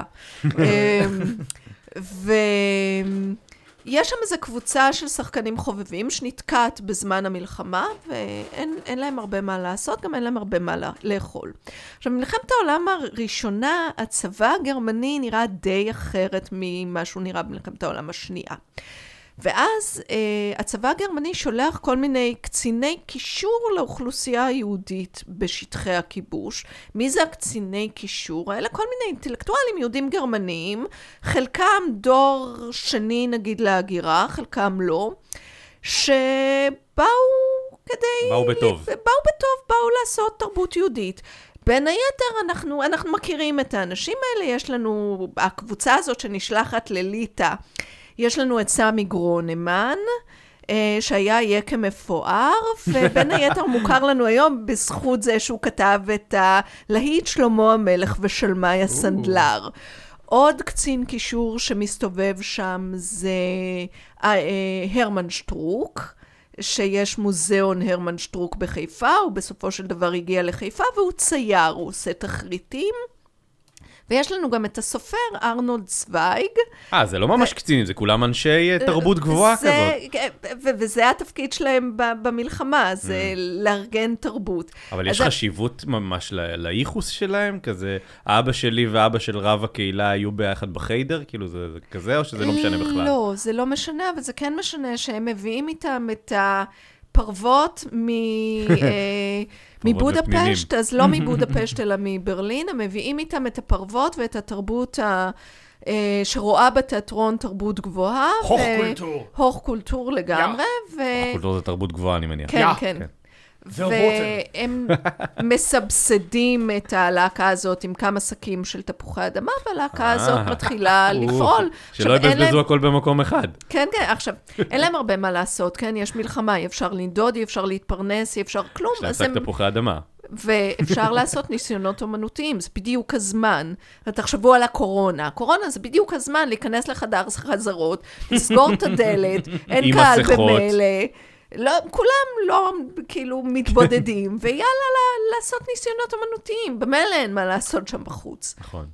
יש שם איזו קבוצה של שחקנים חובבים שנתקעת בזמן המלחמה, ואין להם הרבה מה לעשות, גם אין להם הרבה מה לאכול. עכשיו, במלחמת העולם הראשונה, הצבא הגרמני נראה די אחרת ממה שהוא נראה במלחמת העולם השנייה. ואז הצבא הגרמני שולח כל מיני קציני קישור לאוכלוסייה היהודית בשטחי הכיבוש. מי זה הקציני קישור? אלה כל מיני אינטלקטואלים יהודים גרמניים, חלקם דור שני נגיד להגירה, חלקם לא, שבאו כדי... באו בטוב. באו לעשות תרבות יהודית. בין היתר אנחנו מכירים את האנשים האלה, יש לנו, הקבוצה הזאת שנשלחת לליטא, יש לנו את סמי גרונמן, שהיה יקה מפואר, ובין היתר מוכר לנו היום בזכות זה שהוא כתב את הלהיט שלמה המלך ושלמי הסנדלר. עוד קצין קישור שמסתובב שם זה הרמן שטרוק, שיש מוזיאון הרמן שטרוק בחיפה, הוא בסופו של דבר הגיע לחיפה, והוא צייר, הוא עושה תחריטים. ויש לנו גם את הסופר ארנולד צוויג. זה לא ממש קצינים, זה כולם אנשי תרבות גבוהה כזאת. וזה התפקיד שלהם במלחמה, זה לארגן תרבות. אבל יש חשיבות ממש לייחוס שלהם? כזה, האבא שלי ואבא של רב הקהילה היו ביחד בחיידר? כאילו זה כזה, או שזה לא משנה בכלל? לא, זה לא משנה, אבל זה כן משנה שהם מביאים איתם את הפרוות מבודפשט, אז לא מבודפשט אלא מברלין, הם מביאים איתם את הפרוות ואת התרבות שרואה בתיאטרון תרבות גבוהה. הוך קולטור. הוך קולטור לגמרי. הוך קולטור זה תרבות גבוהה, אני מניח. כן. והם מסבסדים את הלהקה הזאת עם כמה שקים של תפוחי אדמה, והלהקה הזאת מתחילה לפעול. שלא יבזבזו הכל במקום אחד. כן, עכשיו, אין להם הרבה מה לעשות, כן? יש מלחמה, אי אפשר לנדוד, אי אפשר להתפרנס, אי אפשר כלום. יש להם תפוחי אדמה. ואפשר לעשות ניסיונות אומנותיים, זה בדיוק הזמן. ותחשבו על הקורונה. הקורונה זה בדיוק הזמן להיכנס לחדר חזרות, לסגור את הדלת, אין קהל במילא. לא, כולם לא כאילו מתבודדים, ויאללה לעשות ניסיונות אומנותיים, במילא אין מה לעשות שם בחוץ. נכון.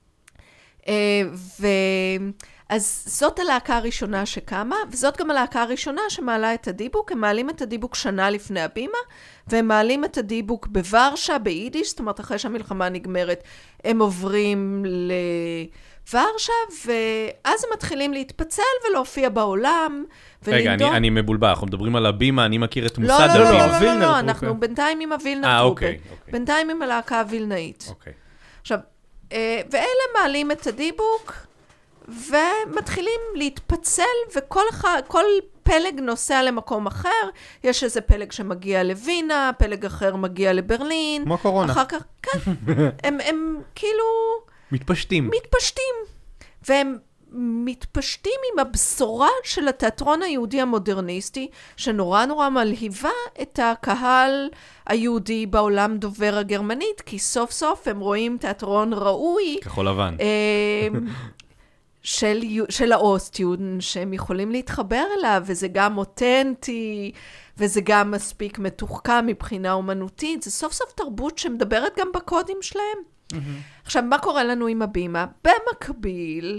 אז זאת הלהקה הראשונה שקמה, וזאת גם הלהקה הראשונה שמעלה את הדיבוק, הם מעלים את הדיבוק שנה לפני הבימה, והם מעלים את הדיבוק בוורשה, ביידיש, זאת אומרת אחרי שהמלחמה נגמרת, הם עוברים לוורשה, ואז הם מתחילים להתפצל ולהופיע בעולם, רגע, אני מבולבל, אנחנו מדברים על הבימה, אני מכיר את מוסד הבימה. לא, אנחנו בינתיים עם הווילנר טרופה. בינתיים עם הלהקה הווילנאית. עכשיו, ואלה מעלים את הדיבוק, ומתחילים להתפצל, וכל פלג נוסע למקום אחר. יש איזה פלג שמגיע לווינה, פלג אחר מגיע לברלין. כמו קורונה. אחר כך, כן. הם כאילו... מתפשטים. והם מתפשטים עם הבשורה של התיאטרון היהודי המודרניסטי, שנורא נורא מלהיבה את הקהל היהודי בעולם דובר הגרמנית, כי סוף סוף הם רואים תיאטרון ראוי. כחול לבן. של האוסטיון, שהם יכולים להתחבר אליו, וזה גם אותנטי, וזה גם מספיק מתוחכם מבחינה אומנותית. זה סוף סוף תרבות שמדברת גם בקודים שלהם. עכשיו, מה קורה לנו עם הבימה? במקביל,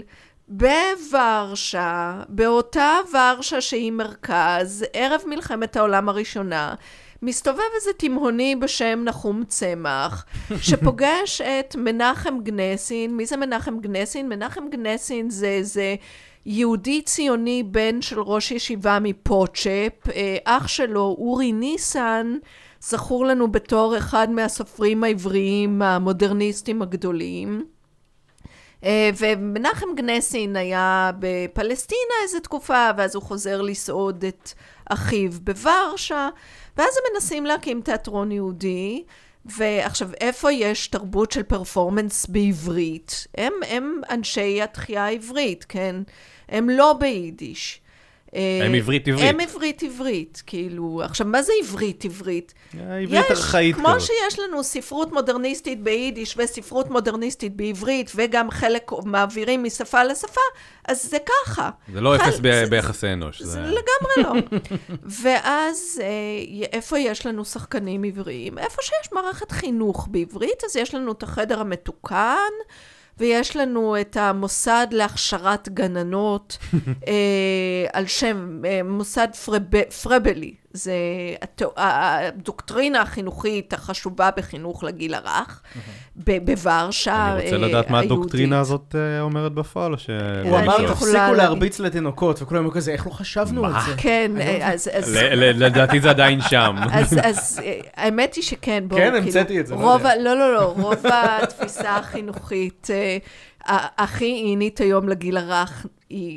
בוורשה, באותה ורשה שהיא מרכז, ערב מלחמת העולם הראשונה, מסתובב איזה תימהוני בשם נחום צמח, שפוגש את מנחם גנסין. מי זה מנחם גנסין? מנחם גנסין זה יהודי ציוני בן של ראש ישיבה מפוצ'פ. אח שלו, אורי ניסן, זכור לנו בתור אחד מהסופרים העבריים המודרניסטים הגדולים. ומנחם גנסין היה בפלסטינה איזו תקופה, ואז הוא חוזר לסעוד את אחיו בוורשה, ואז הם מנסים להקים תיאטרון יהודי. ועכשיו, איפה יש תרבות של פרפורמנס בעברית? הם אנשי התחייה העברית, כן? הם לא ביידיש. הם עברית. הם עברית, כאילו. עכשיו, מה זה עברית? עברית ארכאית. כמו שיש לנו ספרות מודרניסטית ביידיש וספרות מודרניסטית בעברית, וגם חלק מעבירים משפה לשפה, אז זה ככה. זה לא אפס ביחסי אנוש. זה לגמרי לא. ואז איפה יש לנו שחקנים עבריים? איפה שיש מערכת חינוך בעברית, אז יש לנו את החדר המתוקן, ויש לנו את המוסד להכשרת גננות על שם מוסד פרבלי. זה הדוקטרינה החינוכית החשובה בחינוך לגיל הרך, בוורשה היהודית. אני רוצה לדעת מה הדוקטרינה הזאת אומרת בפועל, או ש... הוא אמר, תפסיקו להרביץ לתינוקות, וכולם כזה, איך לא חשבנו על זה? כן, לדעתי זה עדיין שם. אז האמת היא שכן, כן, המצאתי את זה. לא, רוב התפיסה החינוכית הכי עינית היום לגיל הרך, היא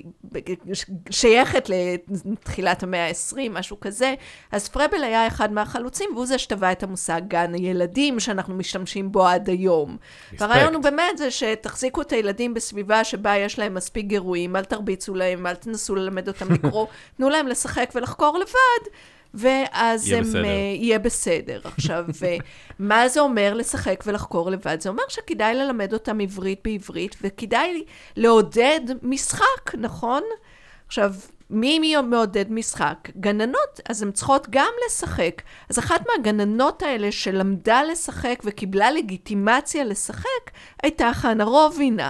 שייכת לתחילת המאה ה-20, משהו כזה. אז פרבל היה אחד מהחלוצים, והוא זה שטבע את המושג גן הילדים, שאנחנו משתמשים בו עד היום. והרעיון הוא באמת זה שתחזיקו את הילדים בסביבה שבה יש להם מספיק גירויים, אל תרביצו להם, אל תנסו ללמד אותם לקרוא, תנו להם לשחק ולחקור לבד, ואז יהיה בסדר. עכשיו, מה זה אומר לשחק ולחקור לבד? זה אומר שכדאי ללמד אותם עברית בעברית, וכדאי לעודד משחק, נכון? עכשיו, מי מעודד משחק? גננות, אז הן צריכות גם לשחק. אז אחת מהגננות האלה שלמדה לשחק וקיבלה לגיטימציה לשחק, הייתה חנה רובינה.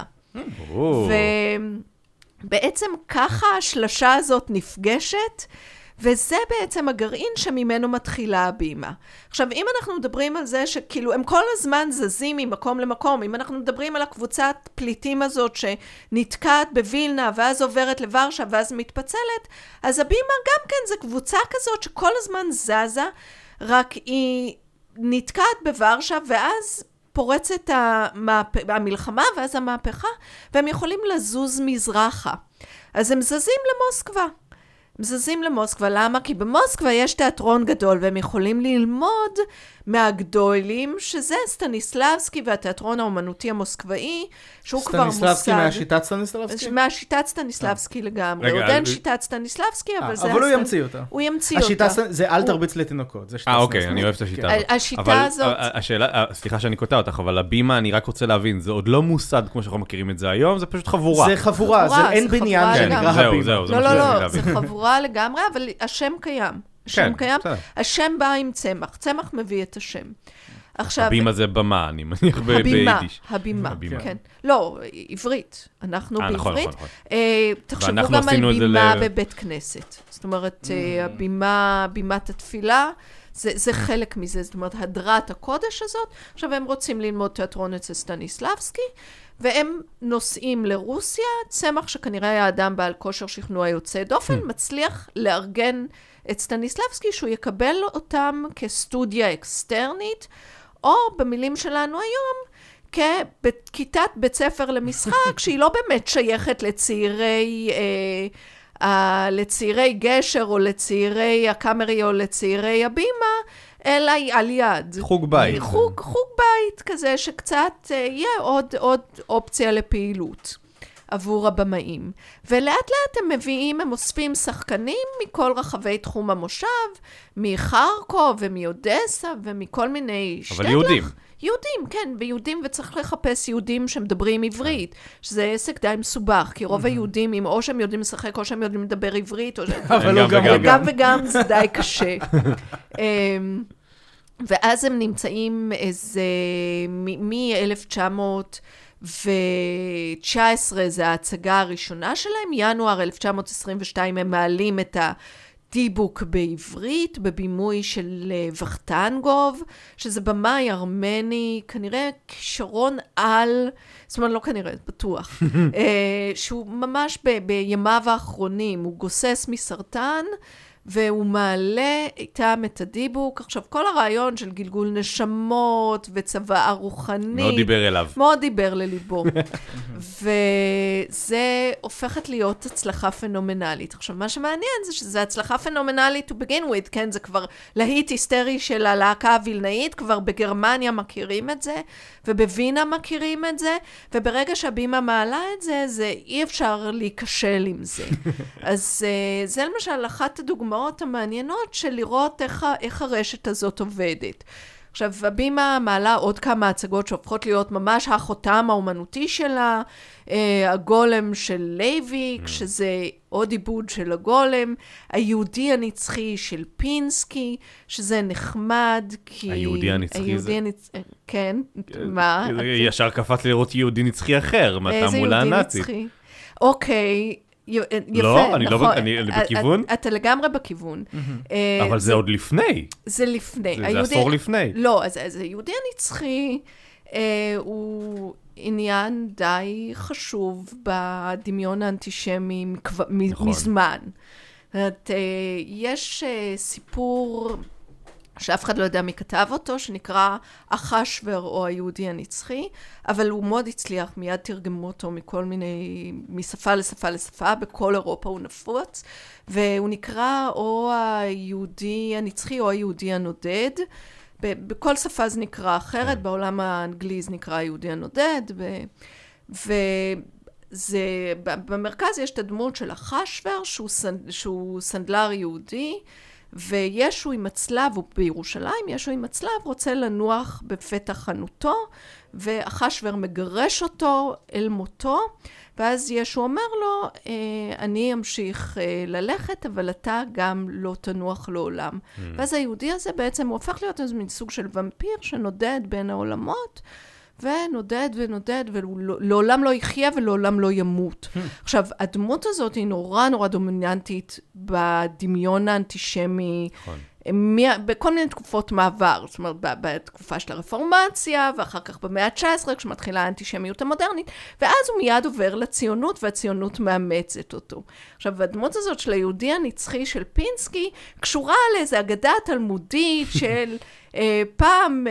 ובעצם ככה השלשה הזאת נפגשת, וזה בעצם הגרעין שממנו מתחילה הבימה. עכשיו, אם אנחנו מדברים על זה שכאילו הם כל הזמן זזים ממקום למקום, אם אנחנו מדברים על הקבוצת פליטים הזאת שנתקעת בווילנה, ואז עוברת לוורשה, ואז מתפצלת, אז הבימה גם כן זה קבוצה כזאת שכל הזמן זזה, רק היא נתקעת בוורשה, ואז פורצת המלחמה, ואז המהפכה, והם יכולים לזוז מזרחה. אז הם זזים למוסקבה. מזזים למוסקבה. למה? כי במוסקבה יש תיאטרון גדול, והם יכולים ללמוד מהגדולים, שזה סטניסלבסקי והתיאטרון האומנותי המוסקבאי, שהוא כבר מושג. סטניסלבסקי מהשיטת סטניסלבסקי? מהשיטת סטניסלבסקי לגמרי. עוד אין שיטת סטניסלבסקי, אבל זה... אבל הוא ימציא אותה. הוא ימציא אותה. זה אל תרביץ לתינוקות. אוקיי, אני אוהב את השיטה הזאת. השיטה הזאת... השאלה, סליחה שאני קוטע אותך, אבל הבימה, אני רק רוצה להבין, זה עוד לא מוסד כמו שאנחנו מכירים את זה היום, זה פשוט חבורה. זה חבורה, זה אין בניין שנקרא הבימה. לא, זה חבורה לגמרי, אבל השם קיים. השם קיים. השם בא עם צמח. צמח מביא את השם. הבימה זה במה, אני מניח ביידיש. הבימה, כן. לא, עברית. אנחנו בעברית. תחשבו ואנחנו גם על עשינו את זה בימה בבית כנסת. זאת אומרת, הבימה, בימת התפילה, זה חלק מזה. זאת אומרת, הדרת הקודש הזאת. עכשיו, הם רוצים ללמוד תיאטרון אצל סטניסלבסקי, והם נוסעים לרוסיה. צמח, שכנראה היה אדם בעל כושר שכנוע יוצא דופן, מצליח לארגן את סטניסלבסקי, שהוא יקבל אותם כסטודיה אקסטרנית, או במילים שלנו היום, ככיתת בית ספר למשחק, שהיא לא באמת שייכת לצעירי גשר, או לצעירי הקאמרי, או לצעירי הבימה, אלא היא על יד. חוג בית. חוג בית כזה, שקצת יהיה עוד אופציה לפעילות. עבור הבמאים. ולאט לאט הם מביאים, הם אוספים שחקנים מכל רחבי תחום המושב, מחרקוב ומיודסה ומכל מיני אבל יהודים. יהודים, כן, ויהודים, וצריך לחפש יהודים שמדברים עברית, שזה עסק די מסובך, כי רוב היהודים, אם או שהם יודעים לשחק, או שהם יודעים לדבר עברית, אבל לא גם וגם זה די קשה. ואז הם נמצאים איזה, מ-1919 זה ההצגה הראשונה שלהם, ינואר 1922 הם מעלים את דיבוק בעברית, בבימוי של וכטנגוב, שזה במאי ארמני, כנראה כישרון על, זאת אומרת, לא כנראה, בטוח, שהוא ממש בימיו האחרונים, הוא גוסס מסרטן, והוא מעלה איתם את הדיבוק. עכשיו, כל הרעיון של גלגול נשמות וצבא רוחנית, מאוד דיבר אליו. מאוד דיבר לליבו. וזה הופכת להיות הצלחה פנומנלית. עכשיו, מה שמעניין זה שזה הצלחה פנומנלית to begin with, כן? זה כבר להיט היסטרי של הלהקה הווילנאית, כבר בגרמניה מכירים את זה, ובווינה מכירים את זה, וברגע שהבימה מעלה את זה, זה אי אפשר להיכשל עם זה. אז זה למשל אחת הדוגמאות המעניינות של לראות איך הרשת הזאת עובדת. עכשיו, הבימה מעלה עוד כמה הצגות שהופכות להיות ממש החותם האומנותי שלה, הגולם של לייביק, שזה עוד עיבוד של הגולם, היהודי הנצחי של פינסקי, שזה נחמד, כי... היהודי הנצחי זה... כן, מה? ישר קפץ לראות יהודי נצחי אחר, מהתעמולה הנאצית. איזה יהודי נצחי? אוקיי, יפה, לא, אני לא, אני בכיוון. אתה לגמרי בכיוון. אבל זה עוד לפני. זה לפני. זה עשור לפני. לא, אז היהודי הנצחי הוא עניין די חשוב בדמיון האנטישמי מזמן. יש סיפור שאף אחד לא יודע מי כתב אותו, שנקרא אחשוויר או היהודי הנצחי, אבל הוא מאוד הצליח, מיד תרגמו אותו מכל מיני, משפה לשפה לשפה, בכל אירופה הוא נפוץ, והוא נקרא או היהודי הנצחי או היהודי הנודד, בכל שפה זה נקרא אחרת, בעולם האנגלי זה נקרא היהודי הנודד, במרכז יש את הדמות של אחשוויר, שהוא סנדלר יהודי, וישו עם הצלב, הוא בירושלים, ישו עם הצלב רוצה לנוח בפתח חנותו, ואחשוויר מגרש אותו אל מותו, ואז ישו אומר לו, אני אמשיך ללכת, אבל אתה גם לא תנוח לעולם. ואז היהודי הזה בעצם הוא הופך להיות איזה מין סוג של ומפיר שנודד בין העולמות, ונודד ונודד, ולעולם לא יחיה ולעולם לא ימות. עכשיו, הדמות הזאת היא נורא נורא דומיננטית בדמיון האנטישמי, בכל מיני תקופות מעבר, זאת אומרת, בתקופה של הרפורמציה, ואחר כך במאה ה-19, כשמתחילה האנטישמיות המודרנית, ואז הוא מיד עובר לציונות, והציונות מאמצת אותו. עכשיו, הדמות הזאת של היהודי הנצחי של פינסקי, קשורה לאיזו אגדה תלמודית של... פעם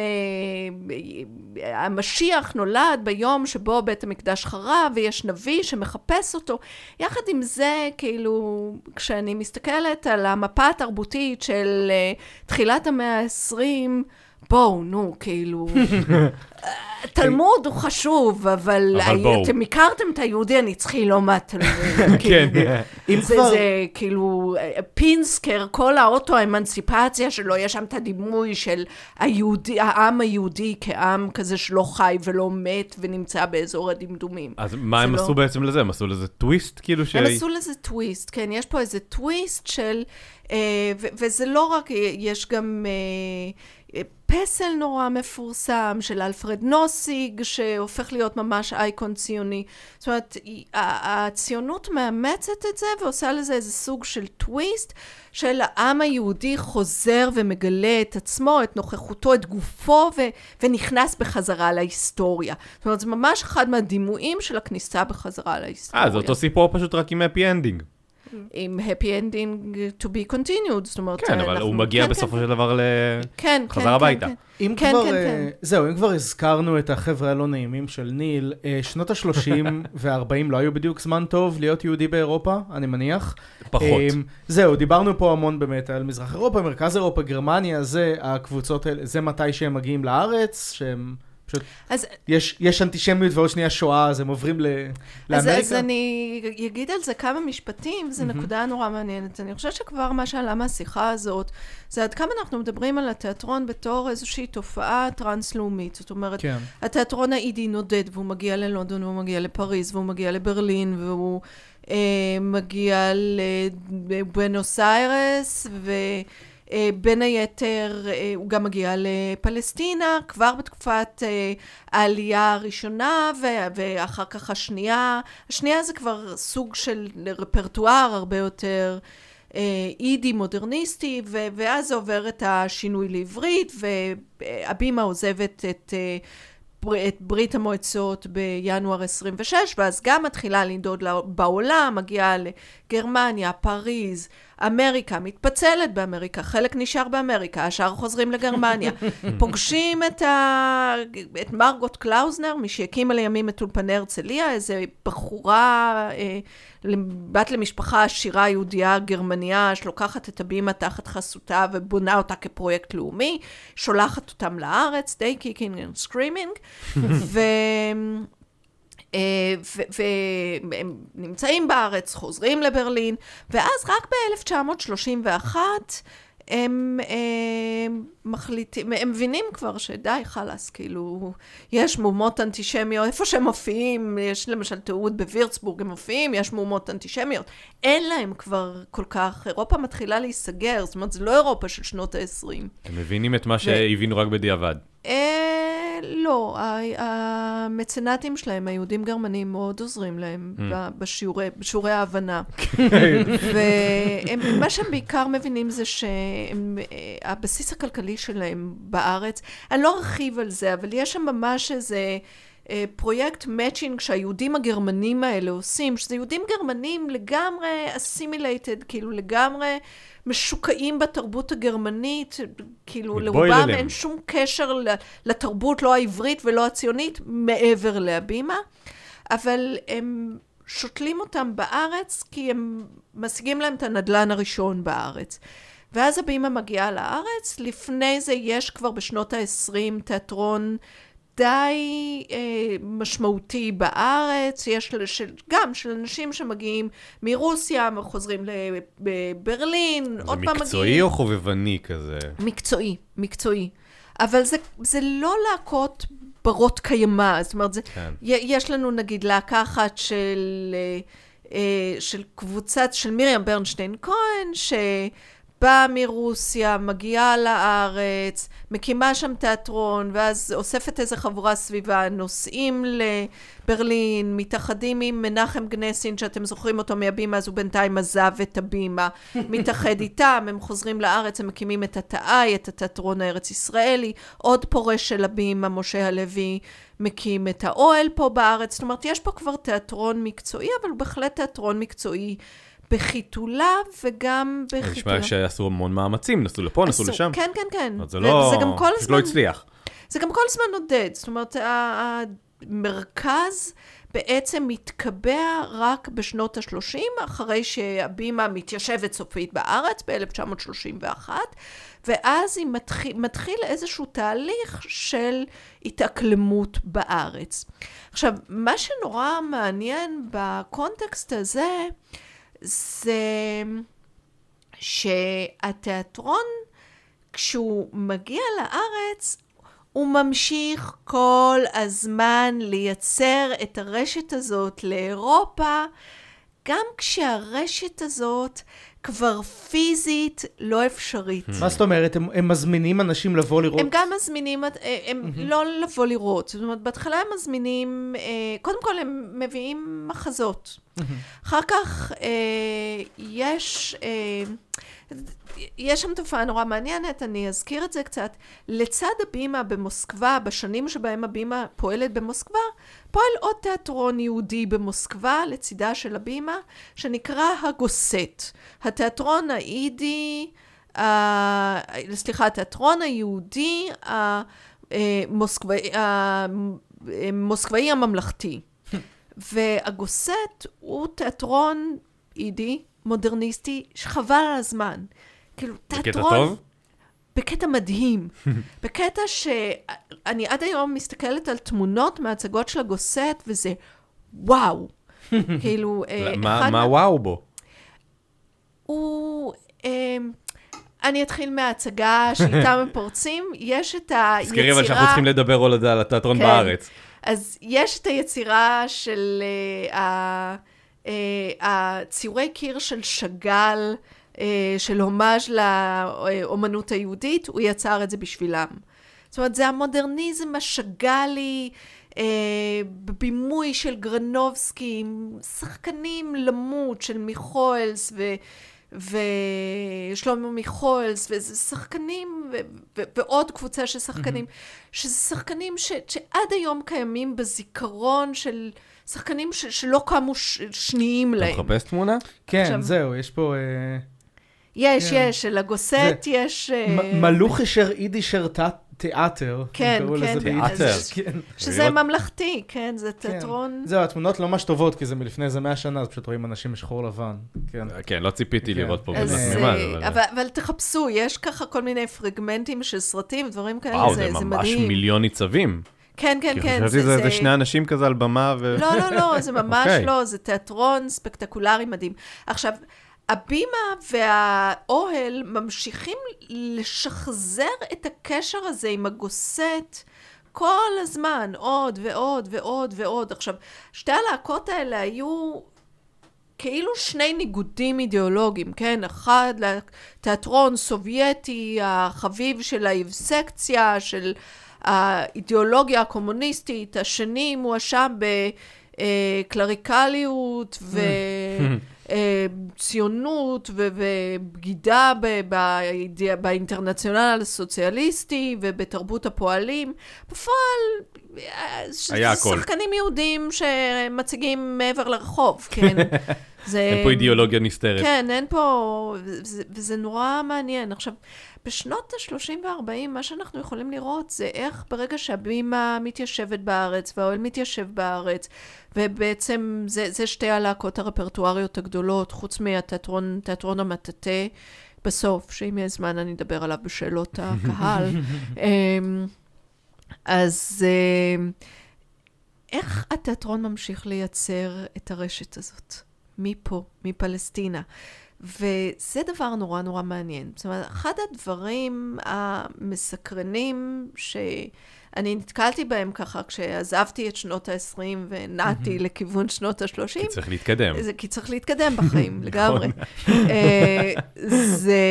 המשיח נולד ביום שבו בית המקדש חרב, ויש נביא שמחפש אותו. יחד עם זה, כאילו, כשאני מסתכלת על המפה התרבותית של תחילת המאה ה-20, בואו, נו, כאילו, תלמוד הוא חשוב, אבל אתם הכרתם את היהודי הנצחי, לא מהתלמוד. כן. זה כאילו, פינסקר, כל האוטו-האמנסיפציה שלו, יש שם את הדימוי של העם היהודי כעם כזה שלא חי ולא מת, ונמצא באזור הדמדומים. אז מה הם עשו בעצם לזה? הם עשו לזה טוויסט, כאילו הם עשו לזה טוויסט, כן, יש פה איזה טוויסט של, וזה לא רק, יש גם... פסל נורא מפורסם של אלפרד נוסיג, שהופך להיות ממש אייקון ציוני. זאת אומרת, הציונות מאמצת את זה, ועושה לזה איזה סוג של טוויסט, של העם היהודי חוזר ומגלה את עצמו, את נוכחותו, את גופו, ונכנס בחזרה להיסטוריה. זאת אומרת, זה ממש אחד מהדימויים של הכניסה בחזרה להיסטוריה. זה אותו סיפור פשוט רק עם happy ending. עם happy ending to be continued, זאת אומרת... כן, אבל הוא מגיע בסופו של דבר לחזר הביתה. אם כבר הזכרנו את החבר'ה הלא נעימים של ניל, שנות ה-30 וה-40 לא היו בדיוק זמן טוב להיות יהודי באירופה, אני מניח. פחות. זהו, דיברנו פה המון באמת על מזרח אירופה, מרכז אירופה, גרמניה, זה הקבוצות האלה, זה מתי שהם מגיעים לארץ, שהם פשוט יש אנטישמיות ועוד שנייה שואה, אז הם עוברים לאמריקה. אז אני אגיד על זה כמה משפטים, זו נקודה נורא מעניינת. אני חושבת שכבר מה שעלה מהשיחה הזאת, זה עד כמה אנחנו מדברים על התיאטרון בתור איזושהי תופעה טרנס-לאומית. זאת אומרת, התיאטרון האידי נודד, והוא מגיע ללונדון, והוא מגיע לפריז, והוא מגיע לברלין, והוא מגיע לבואנוס איירס, בין היתר הוא גם מגיע לפלסטינה, כבר בתקופת העלייה הראשונה ואחר כך השנייה. השנייה זה כבר סוג של רפרטואר הרבה יותר אידי מודרניסטי, ואז זה עובר את השינוי לעברית, והבימה עוזבת את ברית המועצות בינואר 26, ואז גם מתחילה לנדוד בעולם, מגיעה לגרמניה, פריז, אמריקה, מתפצלת באמריקה, חלק נשאר באמריקה, השאר חוזרים לגרמניה. פוגשים את מרגוט קלאוזנר, מי שהקימה לימים את אולפני הרצליה, איזו בחורה, בת למשפחה עשירה יהודיה גרמניה, שלוקחת את הבימה תחת חסותה ובונה אותה כפרויקט לאומי, שולחת אותם לארץ, they kicking and screaming, והם נמצאים בארץ, חוזרים לברלין, ואז רק ב-1931 הם מחליטים, הם מבינים כבר שדי חלס, כאילו, יש מהומות אנטישמיות, איפה שהם מופיעים, יש למשל תיעוד בווירצבורג, הם מופיעים, יש מהומות אנטישמיות, אין להם כבר כל כך, אירופה מתחילה להיסגר, זאת אומרת, זה לא אירופה של שנות ה-20. הם מבינים את מה שהבינו רק בדיעבד. לא, המצנטים שלהם, היהודים גרמנים, מאוד עוזרים להם בשיעורי ההבנה. ומה שהם בעיקר מבינים זה שהבסיס הכלכלי שלהם בארץ, אני לא ארחיב על זה, אבל יש שם ממש איזה פרויקט מאצ'ינג שהיהודים הגרמנים האלה עושים, שזה יהודים גרמנים לגמרי assimilated, כאילו לגמרי משוקעים בתרבות הגרמנית, כאילו לרובם אין שום קשר לתרבות, לא העברית ולא הציונית, מעבר להבימה, אבל הם שותלים אותם בארץ, כי הם משיגים להם את הנדלן הראשון בארץ. ואז הבימה מגיעה לארץ, לפני זה יש כבר בשנות ה-20 תיאטרון די משמעותי בארץ, יש גם של אנשים שמגיעים מרוסיה, חוזרים לברלין, עוד פעם מגיעים. זה מקצועי או חובבני כזה? מקצועי. אבל זה לא להקות ברות קיימה, זאת אומרת, יש לנו נגיד להקה אחת של קבוצת, של מרים ברנשטיין כהן, באה מרוסיה, מגיעה לארץ, מקימה שם תיאטרון, ואז אוספת איזה חבורה סביבה, נוסעים לברלין, מתאחדים עם מנחם גנסין, שאתם זוכרים אותו מהבימה, אז הוא בינתיים עזב את הבימה, מתאחד איתם, הם חוזרים לארץ, הם מקימים את התאי, את התיאטרון הארץ ישראלי, עוד פורש של הבימה, משה הלוי, מקים את האוהל פה בארץ, זאת אומרת, יש פה כבר תיאטרון מקצועי, אבל הוא בהחלט תיאטרון מקצועי, בחיתולה וגם בחיתולה. נשמע שעשו המון מאמצים, נסו לפה, נסו לשם. כן, כן, כן. זה לא הצליח. זה גם כל הזמן נודד. זאת אומרת, המרכז בעצם מתקבע רק בשנות ה-30, אחרי שהבימה מתיישבת סופית בארץ, ב-1931, ואז היא מתחיל איזשהו תהליך של התאקלמות בארץ. עכשיו, מה שנורא מעניין בקונטקסט הזה, זה שהתיאטרון, כשהוא מגיע לארץ, הוא ממשיך כל הזמן לייצר את הרשת הזאת לאירופה, גם כשהרשת הזאת כבר פיזית לא אפשרית. מה זאת אומרת? הם מזמינים אנשים לבוא לראות? הם גם מזמינים, הם לא לבוא לראות. זאת אומרת, בהתחלה הם מזמינים, קודם כל הם מביאים מחזות. אחר כך יש שם תופעה נורא מעניינת, אני אזכיר את זה קצת. לצד הבימה במוסקבה, בשנים שבהם הבימה פועלת במוסקבה, פועל עוד תיאטרון יהודי במוסקבה, לצידה של הבימה, שנקרא הגוסט. התיאטרון האידי, התיאטרון היהודי המוסקבאי הממלכתי. והגוסט הוא תיאטרון אידי, מודרניסטי, שחבל על הזמן. כאילו, תיאטרון... בקטע טוב? בקטע מדהים. בקטע שאני עד היום מסתכלת על תמונות מההצגות של הגוסט, וזה וואו. כאילו... מה וואו בו? הוא... אני אתחיל מההצגה שאיתם הם פורצים. יש את היצירה... תזכרי אבל שאנחנו צריכים לדבר עוד על התיאטרון בארץ. אז יש את היצירה של הציורי קיר של שגל, של הומאז' לאומנות היהודית, הוא יצר את זה בשבילם. זאת אומרת, זה המודרניזם השגלי, בבימוי של גרנובסקי, שחקנים למות של מיכולס ושלמה מיכולס, וזה שחקנים, ועוד קבוצה של שחקנים, שזה שחקנים שעד היום קיימים בזיכרון של שחקנים שלא קמו שניים להם. אתה מחפש תמונה? כן, זהו, יש פה... יש, של הגוסט יש... מלוך אשר אידישר תיאטר. כן, תיאטר. שזה ממלכתי, כן, זה תיאטרון. זהו, התמונות לא ממש טובות, כי זה מלפני איזה 100 שנה, אז פשוט רואים אנשים בשחור לבן. כן, לא ציפיתי לראות פה בזאת מימד. אבל תחפשו, יש ככה כל מיני פרגמנטים של סרטים, דברים כאלה, וואו, זה ממש מיליון ניצבים. כן, כן, כן. חשבתי זה שני אנשים כזה על במה ו... לא, זה ממש לא, זה תיאטרון ספקטקולרי מדהים. עכשיו, הבימה והאוהל ממשיכים לשחזר את הקשר הזה עם הגוסט כל הזמן, עוד ועוד ועוד ועוד. עכשיו, שתי הלהקות האלה היו כאילו שני ניגודים אידיאולוגיים, כן? אחד לתיאטרון סובייטי, החביב של האבסקציה, של האידיאולוגיה הקומוניסטית, השני מואשם בקלריקליות ציונות ובגידה באינטרנציונל הסוציאליסטי ובתרבות הפועלים. בפועל, שחקנים יהודים שמציגים מעבר לרחוב, כן. אין פה אידיאולוגיה נסתרת. כן, אין פה, וזה נורא מעניין. עכשיו, בשנות ה-30 וה-40, מה שאנחנו יכולים לראות זה איך ברגע שהבימה מתיישבת בארץ, והאוהל מתיישב בארץ, ובעצם זה שתי הלהקות הרפרטואריות הגדולות, חוץ תיאטרון המטאטה, בסוף, שאם יש זמן אני אדבר עליו בשאלות הקהל. אז איך התיאטרון ממשיך לייצר את הרשת הזאת? מפה, מפלסטינה. וזה דבר נורא נורא מעניין. זאת אומרת, אחד הדברים המסקרנים שאני נתקלתי בהם ככה, כשעזבתי את שנות ה-20 ונעתי לכיוון שנות ה-30. כי צריך להתקדם. כי צריך להתקדם בחיים, לגמרי. זה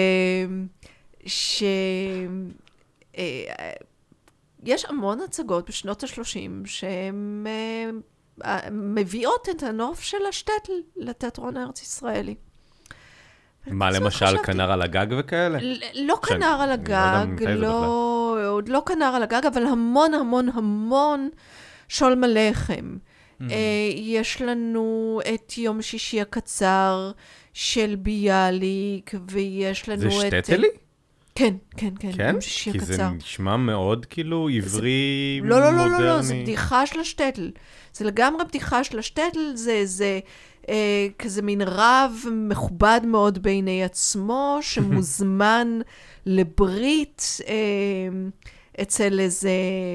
יש המון הצגות בשנות ה-30 שהן מביאות את הנוף של השטטל לתיאטרון הארץ-ישראלי. מה למשל, כנר על הגג וכאלה? לא כנר על הגג, עוד לא כנר על הגג, אבל המון המון המון שול מלחם. יש לנו את יום שישי הקצר של ביאליק, ויש לנו את... זה שטטלי? כן, יום שישי הקצר. כי זה נשמע מאוד כאילו עברי מודרני. לא, זה בדיחה של השטטל. זה לגמרי בדיחה של השטטל, זה כזה מין רב מכובד מאוד בעיני עצמו, שמוזמן לברית אצל איזה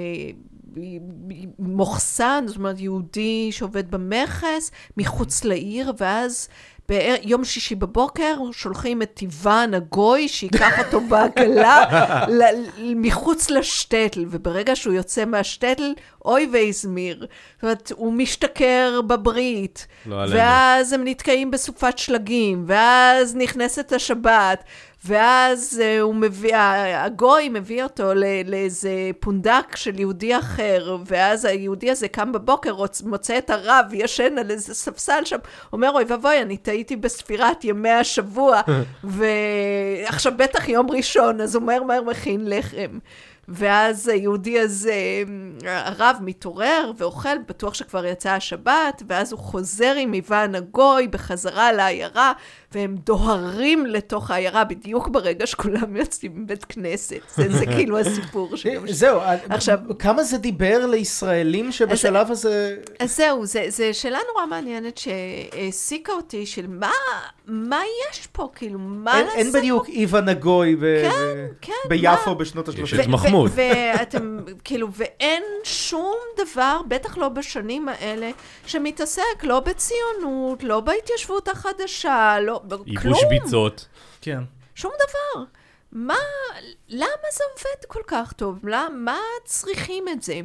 מוחסן, זאת אומרת יהודי שעובד במכס, מחוץ לעיר, ואז ביום שישי בבוקר שולחים את טיוון הגוי שיקח אותו בעגלה מחוץ לשטטל, וברגע שהוא יוצא מהשטטל, אוי ויזמיר. זאת אומרת, הוא משתכר בברית, ואז הם נתקעים בסופת שלגים, ואז נכנסת השבת, ואז הגוי מביא אותו לאיזה פונדק של יהודי אחר, ואז היהודי הזה קם בבוקר, מוצא את הרב, ישן על איזה ספסל שם, אומר, אוי ובוי, אני טעיתי בספירת ימי השבוע, ועכשיו בטח יום ראשון, אז הוא מהר מכין לחם. ואז היהודי הזה, הרב מתעורר ואוכל, בטוח שכבר יצאה השבת, ואז הוא חוזר עם איוון הגוי בחזרה לעיירה, והם דוהרים לתוך העיירה בדיוק ברגע שכולם יוצאים מבית כנסת. זה כאילו הסיפור של יום שישי. זהו, עכשיו, כמה זה דיבר לישראלים שבשלב הזה... אז זהו, זו שאלה נורא מעניינת שהעסיקה אותי, של מה יש פה, כאילו, מה לעשות? אין בדיוק איוון הגוי ביפו בשנות ה-30. יש את מחמוד. ואתם, כאילו, ואין שום דבר, בטח לא בשנים האלה, שמתעסק לא בציונות, לא בהתיישבות החדשה, לא, כלום. ייבוש ביצות. כן. שום דבר. למה זה עובד כל כך טוב? מה צריכים את זה?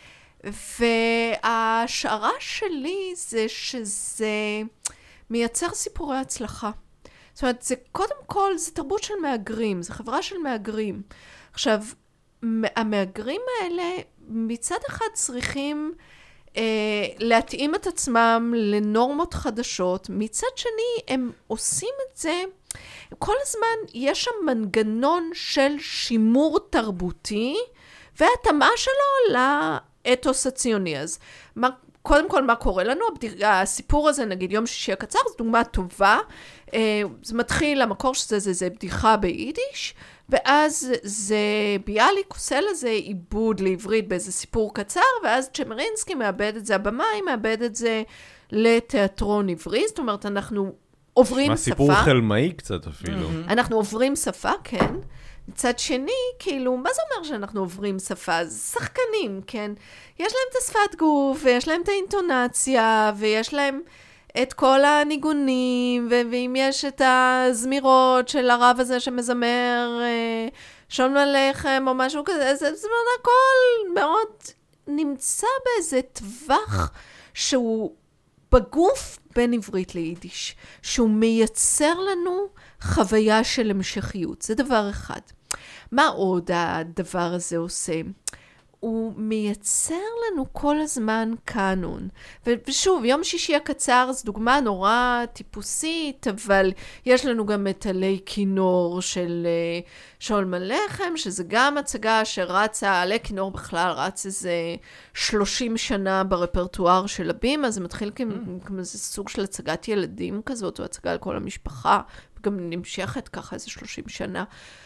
וההשערה שלי זה שזה מייצר סיפורי הצלחה. זאת אומרת, זה קודם כל, זה תרבות של מהגרים, זה חברה של מהגרים. עכשיו, המהגרים האלה מצד אחד צריכים להתאים את עצמם לנורמות חדשות, מצד שני הם עושים את זה, כל הזמן יש שם מנגנון של שימור תרבותי, והתאמה שלו לאתוס הציוני. אז קודם כל מה קורה לנו? הסיפור הזה, נגיד יום שישי הקצר, זו דוגמה טובה, זה מתחיל, המקור שזה זה בדיחה ביידיש, ואז זה ביאליק עושה לזה עיבוד לעברית באיזה סיפור קצר, ואז צ'מרינסקי מאבד את זה, הבמאי מאבד את זה לתיאטרון עברי, זאת אומרת, אנחנו עוברים שפה. סיפור חלמאי קצת אפילו. אנחנו עוברים שפה, כן. מצד שני, כאילו, מה זה אומר שאנחנו עוברים שפה? זה שחקנים, כן? יש להם את השפת גוף, ויש להם את האינטונציה, ויש להם את כל הניגונים, ואם יש את הזמירות של הרב הזה שמזמר שון מלחם או משהו כזה, זה הכל מאוד נמצא באיזה טווח שהוא בגוף בין עברית ליידיש, שהוא מייצר לנו חוויה של המשכיות. זה דבר אחד. מה עוד הדבר הזה עושה? הוא מייצר לנו כל הזמן קאנון. ושוב, יום שישי הקצר זו דוגמה נורא טיפוסית, אבל יש לנו גם את עלי כינור של שאול מלחם, שזה גם הצגה שרצה, עלי כינור בכלל רץ איזה 30 שנה ברפרטואר של הבימה, זה מתחיל כמו איזה סוג של הצגת ילדים כזאת, או הצגה לכל המשפחה, וגם נמשכת ככה איזה 30 שנה.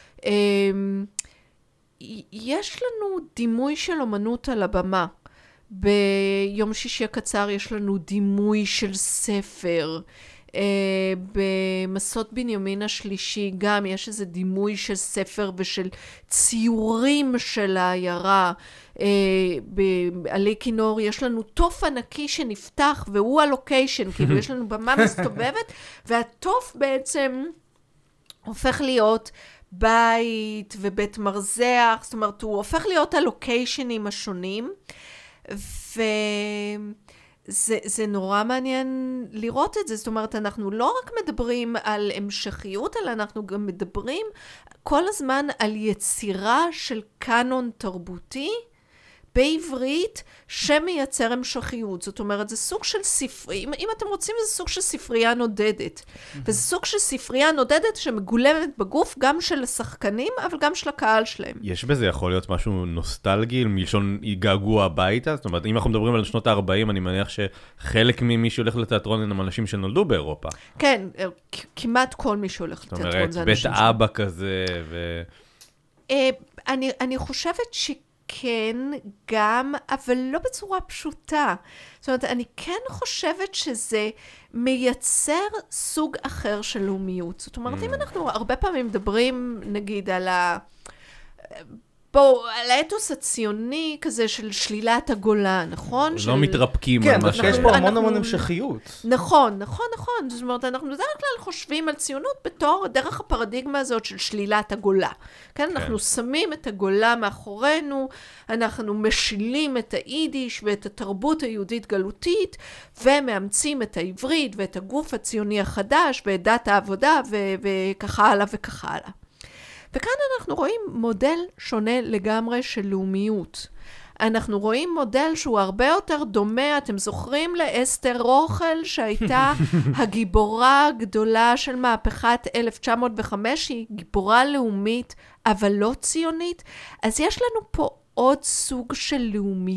יש לנו דימוי של אומנות על הבמה. ביום שישי הקצר יש לנו דימוי של ספר. במסות בנימין השלישי גם יש איזה דימוי של ספר ושל ציורים של העיירה. בעלי כינור יש לנו תוף ענקי שנפתח והוא הלוקיישן, כאילו יש לנו במה מסתובבת, והתוף בעצם הופך להיות בית ובית מרזח, זאת אומרת, הוא הופך להיות הלוקיישנים השונים, וזה נורא מעניין לראות את זה, זאת אומרת, אנחנו לא רק מדברים על המשכיות, אלא אנחנו גם מדברים כל הזמן על יצירה של קאנון תרבותי, בעברית שמייצר המשכיות. זאת אומרת, זה סוג של ספרי, אם אתם רוצים, זה סוג של ספרייה נודדת. וזה סוג של ספרייה נודדת שמגולמת בגוף גם של השחקנים, אבל גם של הקהל שלהם. יש בזה יכול להיות משהו נוסטלגי, מלשון געגוע הביתה? זאת אומרת, אם אנחנו מדברים על שנות ה-40, אני מניח שחלק ממי שהולך לתיאטרון הם אנשים שנולדו באירופה. כן, כמעט כל מי שהולך לתיאטרון זה אנשים. בית אבא כזה אני חושבת כן, גם, אבל לא בצורה פשוטה. זאת אומרת, אני כן חושבת שזה מייצר סוג אחר של לאומיות. זאת אומרת, אם אנחנו הרבה פעמים מדברים, נגיד, על האתוס הציוני כזה של שלילת הגולה, נכון? לא מתרפקים. כן, יש פה המון המשכיות. נכון. זאת אומרת, אנחנו בדרך כלל חושבים על ציונות בתור דרך הפרדיגמה הזאת של שלילת הגולה. כן, אנחנו שמים את הגולה מאחורינו, אנחנו משילים את היידיש ואת התרבות היהודית גלותית, ומאמצים את העברית ואת הגוף הציוני החדש, ואת דת העבודה, וככה הלאה וככה הלאה. וכאן אנחנו רואים מודל שונה לגמרי של לאומיות. אנחנו רואים מודל שהוא הרבה יותר דומה, אתם זוכרים לאסתר רוכל, שהייתה הגיבורה הגדולה של מהפכת 1905, היא גיבורה לאומית, אבל לא ציונית. אז יש לנו פה עוד סוג של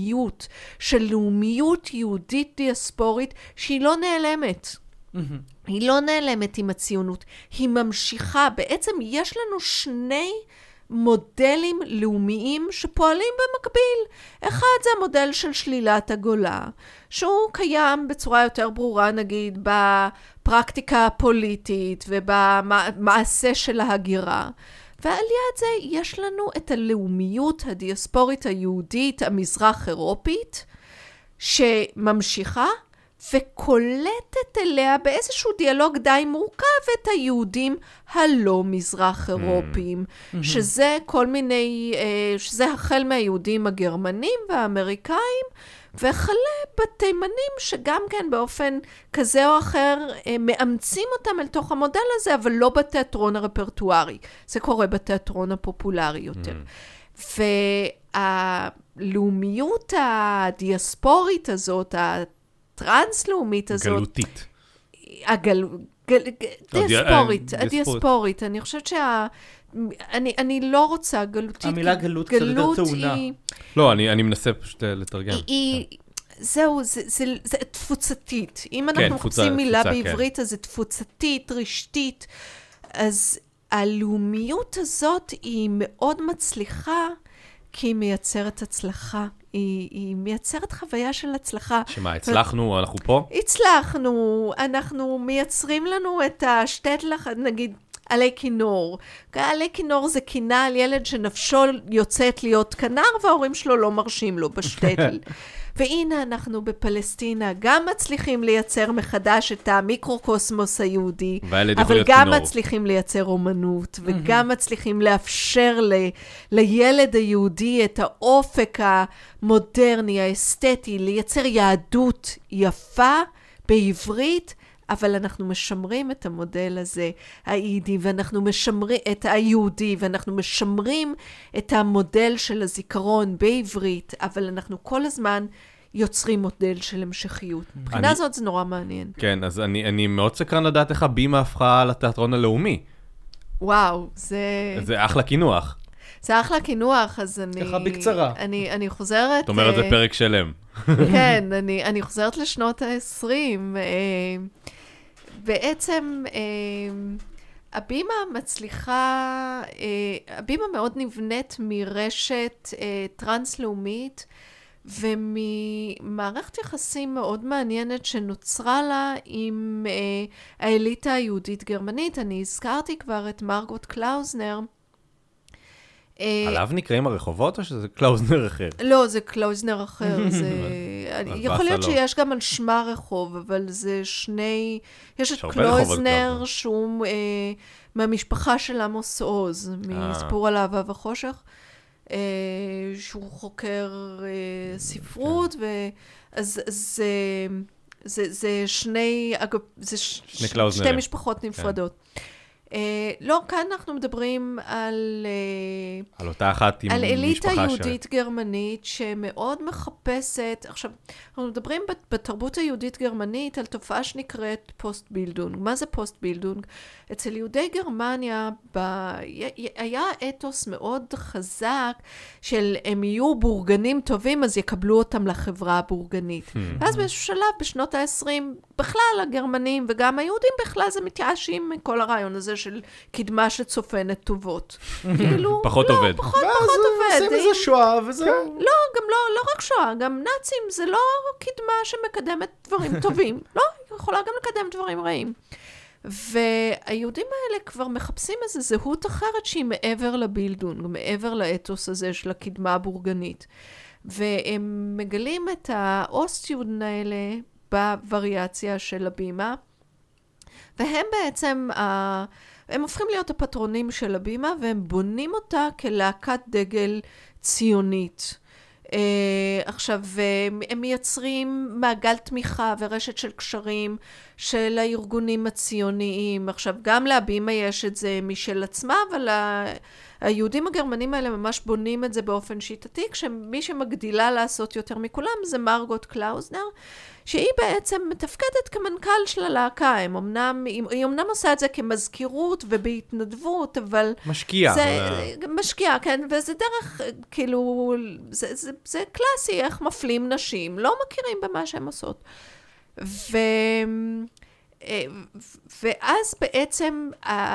לאומיות יהודית דיאספורית, שהיא לא נעלמת. היא לא נעלמת עם הציונות, היא ממשיכה. בעצם יש לנו שני מודלים לאומיים שפועלים במקביל. אחד זה המודל של שלילת הגולה, שהוא קיים בצורה יותר ברורה, נגיד, בפרקטיקה הפוליטית ובמעשה של ההגירה. ועל יד זה יש לנו את הלאומיות הדיאספורית היהודית המזרח אירופית, שממשיכה וקולטת אליה באיזשהו דיאלוג די מורכב את היהודים הלא מזרח אירופיים, שזה כל מיני, שזה החל מהיהודים הגרמנים והאמריקאים, וכלה בתימנים שגם כן באופן כזה או אחר מאמצים אותם אל תוך המודל הזה, אבל לא בתיאטרון הרפרטוארי. זה קורה בתיאטרון הפופולרי יותר. והלאומיות הדיאספורית הזאת, הטרנס-לאומית הזאת... גלותית. הדיאספורית. אני חושבת אני לא רוצה גלותית. המילה גלות קצת יותר טעונה. לא, אני מנסה פשוט לתרגם. זהו, זה תפוצתית. אם אנחנו מחפשים מילה בעברית, אז זה תפוצתית, רשתית. אז הלאומיות הזאת היא מאוד מצליחה, כי היא מייצרת הצלחה. היא מייצרת חוויה של הצלחה. שמה, הצלחנו, אנחנו פה? הצלחנו, אנחנו מייצרים לנו את השטטל, נגיד, עלי כינור. עלי כינור זה קינה על ילד שנפשו יוצאת להיות כנר, וההורים שלו לא מרשים לו בשטטל. והנה אנחנו בפלסטינה גם מצליחים לייצר מחדש את המיקרוקוסמוס היהודי, אבל גם מצליחים לייצר אומנות, וגם מצליחים לאפשר לילד היהודי את האופק המודרני, האסתטי, לייצר יהדות יפה בעברית, אבל אנחנו משמרים את המודל הזה, היהודי, ואנחנו משמרים את היהודי, ואנחנו משמרים את המודל של הזיכרון בעברית, אבל אנחנו כל הזמן יוצרים מודל של המשכיות. מבחינה זאת זה נורא מעניין. כן, אז אני מאוד סקרן לדעת איך הבימה הפכה לתיאטרון הלאומי. וואו, זה אחלה כינוח. זה אחלה כינוח, אז ככה בקצרה. אני חוזרת... זאת אומרת, זה פרק שלם. כן, אני חוזרת לשנות ה-20. בעצם הבימה מצליחה, הבימה מאוד נבנית מרשת טרנס-לאומית, וממערכת יחסים מאוד מעניינת שנוצרה לה עם האליטה היהודית-גרמנית. אני הזכרתי כבר את מרגוט קלאוזנר. עליו נקראים הרחובות או שזה קלאוזנר אחר? לא, זה קלאוזנר אחר. יכול להיות שיש גם על שמה רחוב, אבל זה שני... יש את קלאוזנר שהוא מהמשפחה של עמוס עוז, מסיפור על אהבה וחושך, שהוא חוקר ספרות, אז זה שני משפחות נפרדות. לא, כאן אנחנו מדברים על אותה אחת עם משפחה על אליטה יהודית גרמנית שמאוד מחפשת, עכשיו, אנחנו מדברים בתרבות היהודית גרמנית על תופעה שנקראת פוסט בילדונג. מה זה פוסט בילדונג? אצל יהודי גרמניה היה אתוס מאוד חזק של הם יהיו בורגנים טובים, אז יקבלו אותם לחברה הבורגנית. ואז באיזשהו שלב, בשנות ה-20, בכלל הגרמנים וגם היהודים בכלל זה מתייאשים מכל הרעיון הזה של קדמה שצופנת טובות. כאילו, פחות עובד. פחות עובד. עושים איזה שואה וזה... לא, גם לא רק שואה, גם נאצים זה לא קדמה שמקדמת דברים טובים. לא, היא יכולה גם לקדם דברים רעים. והיהודים האלה כבר מחפשים איזו זהות אחרת שהיא מעבר לבילדונג, מעבר לאתוס הזה של הקדמה הבורגנית. והם מגלים את האוסט-יהודן האלה בווריאציה של הבימה, והם בעצם, הם הופכים להיות הפטרונים של הבימה, והם בונים אותה כלהקת דגל ציונית. עכשיו, הם מייצרים מעגל תמיכה ורשת של קשרים של הארגונים הציוניים. עכשיו, גם להבימה יש את זה משל עצמה, אבל היהודים הגרמנים האלה ממש בונים את זה באופן שיטתי, כשמי שמגדילה לעשות יותר מכולם זה מרגוט קלאוזנר, שהיא בעצם מתפקדת כמנכ"ל של הלהקה. היא אמנם עושה את זה כמזכירות ובהתנדבות, אבל... משקיעה. משקיעה, כן, וזה דרך, כאילו, זה קלאסי, איך מפלים נשים, לא מכירים במה שהן עושות. ואז בעצם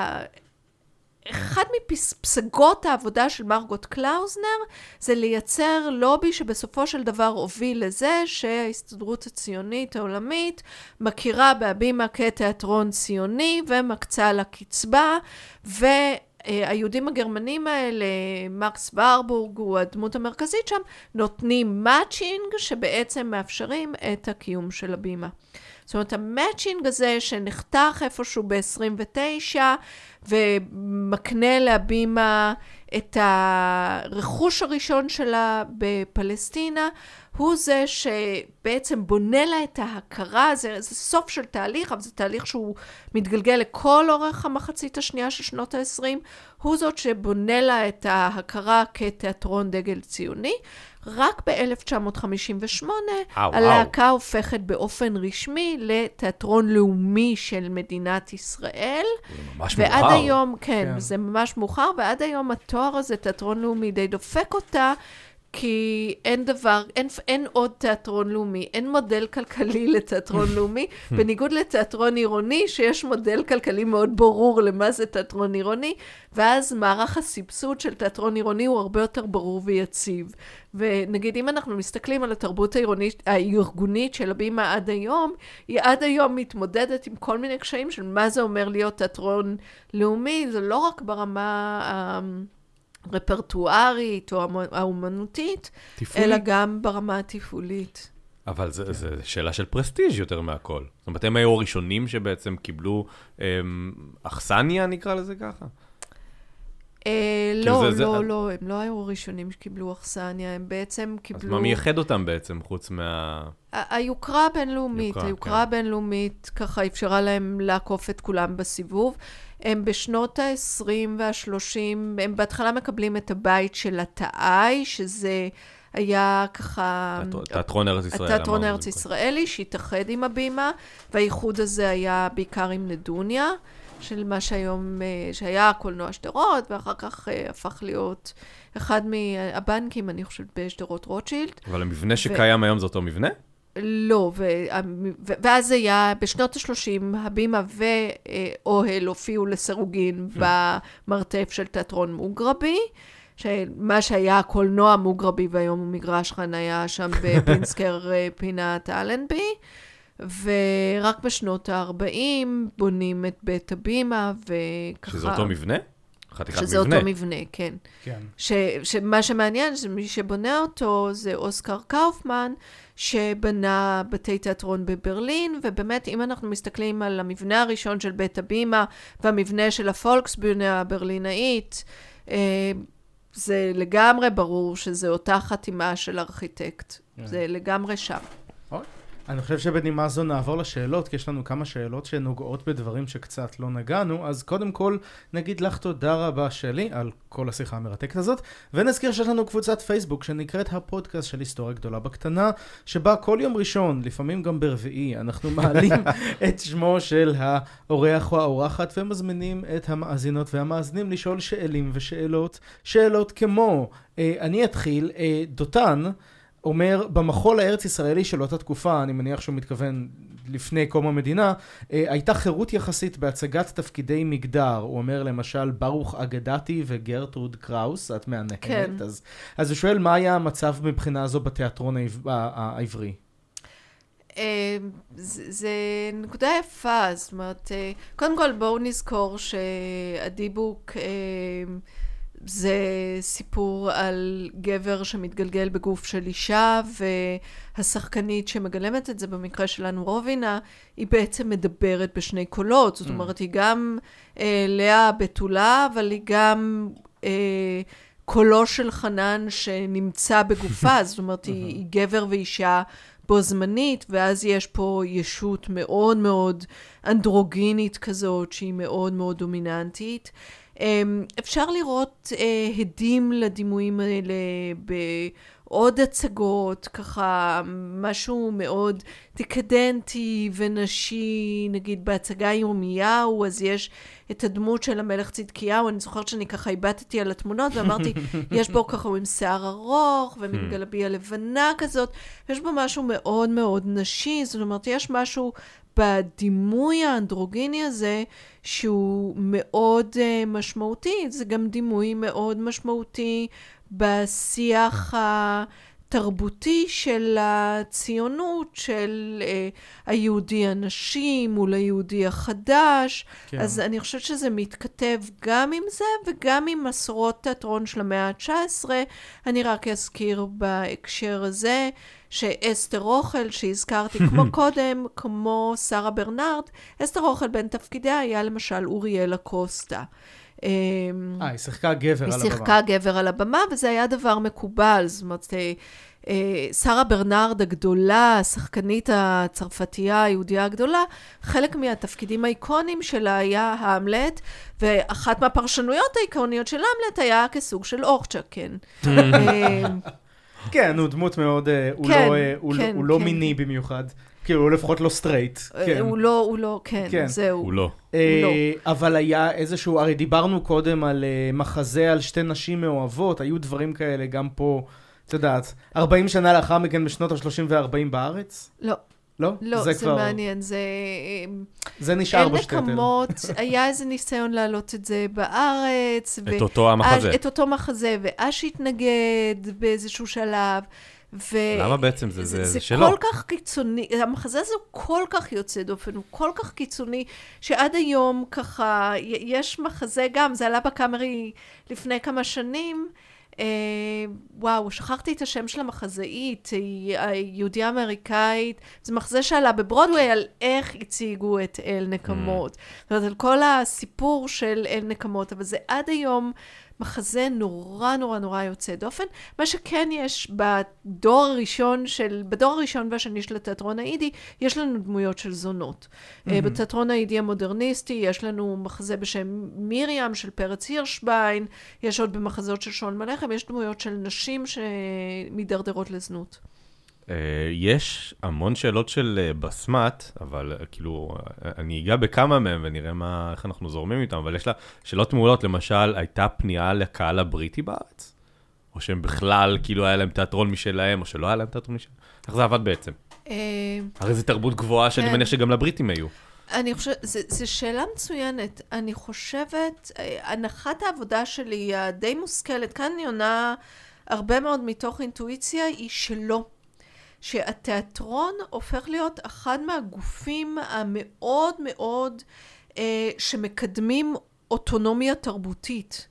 אחד מפסגות העבודה של מרגוט קלאוזנר זה לייצר לובי שבסופו של דבר הוביל לזה שההסתדרות הציונית העולמית מכירה בהבימה כתיאטרון ציוני ומקצה לה קצבה, והיהודים הגרמנים האלה, מקס ורבורג הוא הדמות המרכזית שם, נותנים מאצ'ינג שבעצם מאפשרים את הקיום של הבימה. זאת אומרת, המאצ'ינג הזה שנחתך איפשהו ב-29 ומקנה להבימה את הרכוש הראשון שלה בפלסטינה, הוא זה שבעצם בונה לה את ההכרה, זה סוף של תהליך, אבל זה תהליך שהוא מתגלגל לכל אורך המחצית השנייה של שנות ה-20, הוא זאת שבונה לה את ההכרה כתיאטרון דגל ציוני. רק ב-1958 הלהקה הופכת באופן רשמי לתיאטרון לאומי של מדינת ישראל. זה ממש ועד מאוחר. היום, כן, זה ממש מאוחר, ועד היום התואר הזה, תיאטרון לאומי, די דופק אותה, כי אין עוד תיאטרון לאומי, אין מודל כלכלי לתיאטרון לאומי, בניגוד לתיאטרון עירוני, שיש מודל כלכלי מאוד ברור למה זה תיאטרון עירוני, ואז מערך הסבסוד של תיאטרון עירוני הוא הרבה יותר ברור ויציב. ונגיד, אם אנחנו מסתכלים על התרבות הארגונית של הבימה עד היום, היא עד היום מתמודדת עם כל מיני קשיים של מה זה אומר להיות תיאטרון לאומי, זה לא רק ברמה רפרטוארית או האומנותית, אלא גם ברמה התפעולית. אבל זו שאלה של פרסטיג' יותר מהכל. זאת אומרת, הם היו הראשונים שבעצם קיבלו אכסניה, נקרא לזה ככה? לא, הם לא היו הראשונים שקיבלו אכסניה, הם בעצם קיבלו... אז מה מייחד אותם בעצם, חוץ מה... היוקרה הבינלאומית, היוקרה הבינלאומית ככה אפשרה להם לעקוף את כולם בסיבוב. הם בשנות ה-20 וה-30, הם בהתחלה מקבלים את הבית של התאי, שזה היה ככה... תיאטרון ארץ ישראל. התיאטרון הארץ ישראלי, שהתאחד עם הבימה, והייחוד הזה היה בעיקר עם נדוניה, של מה שהיום, שהיה קולנוע שדרות, ואחר כך הפך להיות אחד מהבנקים, אני חושבת, בשדרות רוטשילד. אבל המבנה שקיים היום זה אותו מבנה? לא, ואז היה בשנות ה-30, הבימה ואוהל הופיעו לסירוגין במרתף של תיאטרון מוגרבי, מה שהיה קולנוע מוגרבי, והיום הוא מגרש חניה שם בפינסקר פינת אלנבי, ורק בשנות ה-40 בונים את בית הבימה, וככה... שזה אותו מבנה? שזה אותו מבנה, כן. שמה שמעניין, שמי שבונה אותו זה אוסקר קאופמן, שבנה בתי תיאטרון בברלין, ובאמת אם אנחנו מסתכלים על המבנה הראשון של בית הבימה, והמבנה של הפולקסבühne הברלינאית, זה לגמרי ברור שזה אותה חתימה של ארכיטקט. זה לגמרי שם. אני חושב שבנימה זו נעבור לשאלות, כי יש לנו כמה שאלות שנוגעות בדברים שקצת לא נגענו, אז קודם כל נגיד לך תודה רבה שלי על כל השיחה המרתקת הזאת, ונזכיר שיש לנו קבוצת פייסבוק שנקראת הפודקאסט של היסטוריה גדולה בקטנה, שבה כל יום ראשון, לפעמים גם ברביעי, אנחנו מעלים את שמו של האורח או האורחת, ומזמינים את המאזינות והמאזינים לשאול שאלים ושאלות, שאלות כמו, אני אתחיל, דותן, אומר, במחול הארץ ישראלי של אותה תקופה, אני מניח שהוא מתכוון לפני קום המדינה, הייתה חירות יחסית בהצגת תפקידי מגדר. הוא אומר למשל, ברוך אגדתי וגרטרוד קראוס, את מהנהנת. כן. אז הוא שואל, מה היה המצב מבחינה זו בתיאטרון העברי? זה נקודה יפה, זאת אומרת, קודם כל בואו נזכור שהדיבוק... זה סיפור על גבר שמתגלגל בגוף של אישה, והשחקנית שמגלמת את זה, במקרה שלנו רובינה, היא בעצם מדברת בשני קולות. זאת אומרת, היא גם לאה בתולה, אבל היא גם קולו של חנן שנמצא בגופה. זאת אומרת, היא גבר ואישה בו זמנית, ואז יש פה ישות מאוד מאוד אנדרוגינית כזאת, שהיא מאוד מאוד דומיננטית. אפשר לראות הדים לדימויים האלה בעוד הצגות, ככה משהו מאוד דקדנטי ונשי, נגיד בהצגה ירמיהו, אז יש את הדמות של המלך צדקיהו, אני זוכרת שאני ככה איבדתי על התמונות ואמרתי, יש בו ככה עם שיער ארוך ומין גלביה לבנה כזאת, יש בו משהו מאוד מאוד נשי, זאת אומרת, יש משהו בדימוי האנדרוגיני הזה שהוא מאוד משמעותי, זה גם דימוי מאוד משמעותי בשיח התרבותי של הציונות, של היהודי הנשי מול היהודי החדש, כן. אז אני חושבת שזה מתכתב גם עם זה וגם עם מסורות תיאטרון של המאה ה-19, אני רק אזכיר בהקשר הזה, שאסתר רוכל, שהזכרתי כמו קודם, כמו שרה ברנרד, אסתר רוכל בין תפקידיה היה למשל אוריאל הקוסטה. היא שיחקה גבר על הבמה. היא שיחקה גבר על הבמה, וזה היה דבר מקובל. זאת אומרת, שרה ברנרד הגדולה, השחקנית הצרפתייה, היהודיה הגדולה, חלק מהתפקידים האיקונים שלה היה המלט, ואחת מהפרשנויות האיקוניות של המלט היה כסוג של אורצ'ה, כן. כן, הוא דמות מאוד, הוא לא מיני במיוחד. כאילו, הוא לפחות לא סטרייט. הוא לא, כן, זהו. הוא לא. אבל היה איזשהו, הרי דיברנו קודם על מחזה על שתי נשים מאוהבות, היו דברים כאלה גם פה, את יודעת, 40 שנה לאחר מכן בשנות ה-30 ו-40 בארץ? לא. לא? לא, זה מעניין, זה נשאר בשטטל. אין נקמות, היה איזה ניסיון להעלות את זה בארץ. את אותו המחזה. את אותו מחזה, ואש התנגד באיזשהו שלב. למה בעצם זה שלו? זה כל כך קיצוני, המחזה הזה הוא כל כך יוצא דופן, הוא כל כך קיצוני, שעד היום ככה, יש מחזה גם, זה עלה בקאמרי לפני כמה שנים, וואו, שכחתי את השם של המחזאית, היא יהודיה אמריקאית, זה מחזה שעלה בברודווי על איך הציגו את אל נקמות, זאת אומרת, על כל הסיפור של אל נקמות, אבל זה עד היום מחזה נורא נורא נורא יוצא דופן. מה שכן יש בדור הראשון והשני של התיאטרון האידי, יש לנו דמויות של זונות. בתיאטרון האידי המודרניסטי יש לנו מחזה בשם מיריאם של פרץ הירשביין, יש עוד במחזות של שון מלחם, יש דמויות של נשים שמדרדרות לזנות. יש המון שאלות של בסמת, אבל כאילו, אני אגע בכמה מהם ונראה איך אנחנו זורמים איתם, אבל יש לה שאלות מעולות, למשל, הייתה פנייה לקהל הבריטי בארץ? או שהם בכלל, כאילו, היה להם תיאטרון משלהם, או שלא היה להם תיאטרון משלהם? איך זה עבד בעצם? הרי זו תרבות גבוהה שאני מניח שגם לבריטים היו. אני חושבת, זו שאלה מצוינת. אני חושבת, הנחת העבודה שלי הדי מושכלת, כאן אני עונה הרבה מאוד מתוך אינטואיציה, היא שלא. שהתיאטרון הופך להיות אחד מהגופים המאוד מאוד שמקדמים אוטונומיה תרבותית.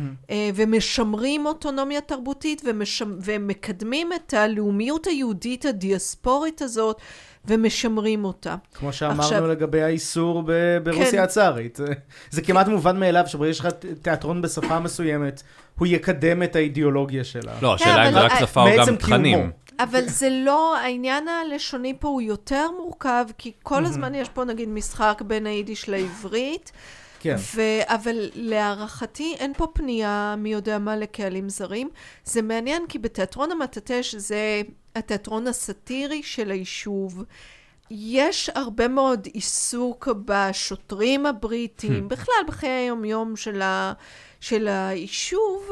ומשמרים אוטונומיה תרבותית ומקדמים את הלאומיות היהודית הדיאספורית הזאת ומשמרים אותה. כמו שאמרנו לגבי האיסור ברוסיה הצארית. זה כמעט מובן מאליו שבו יש לך תיאטרון בשפה מסוימת, הוא יקדם את האידיאולוגיה שלה. לא, השאלה אם זה רק שפה או גם תכנים. אבל זה לא, העניין הלשוני פה הוא יותר מורכב, כי כל הזמן יש פה נגיד משחק בין היידיש לעברית, כן. אבל להערכתי אין פה פנייה מי יודע מה לקהלים זרים. זה מעניין כי בתיאטרון המטאטה, שזה התיאטרון הסאטירי של היישוב, יש הרבה מאוד עיסוק בשוטרים הבריטים, בכלל בחיי היום-יום של היישוב,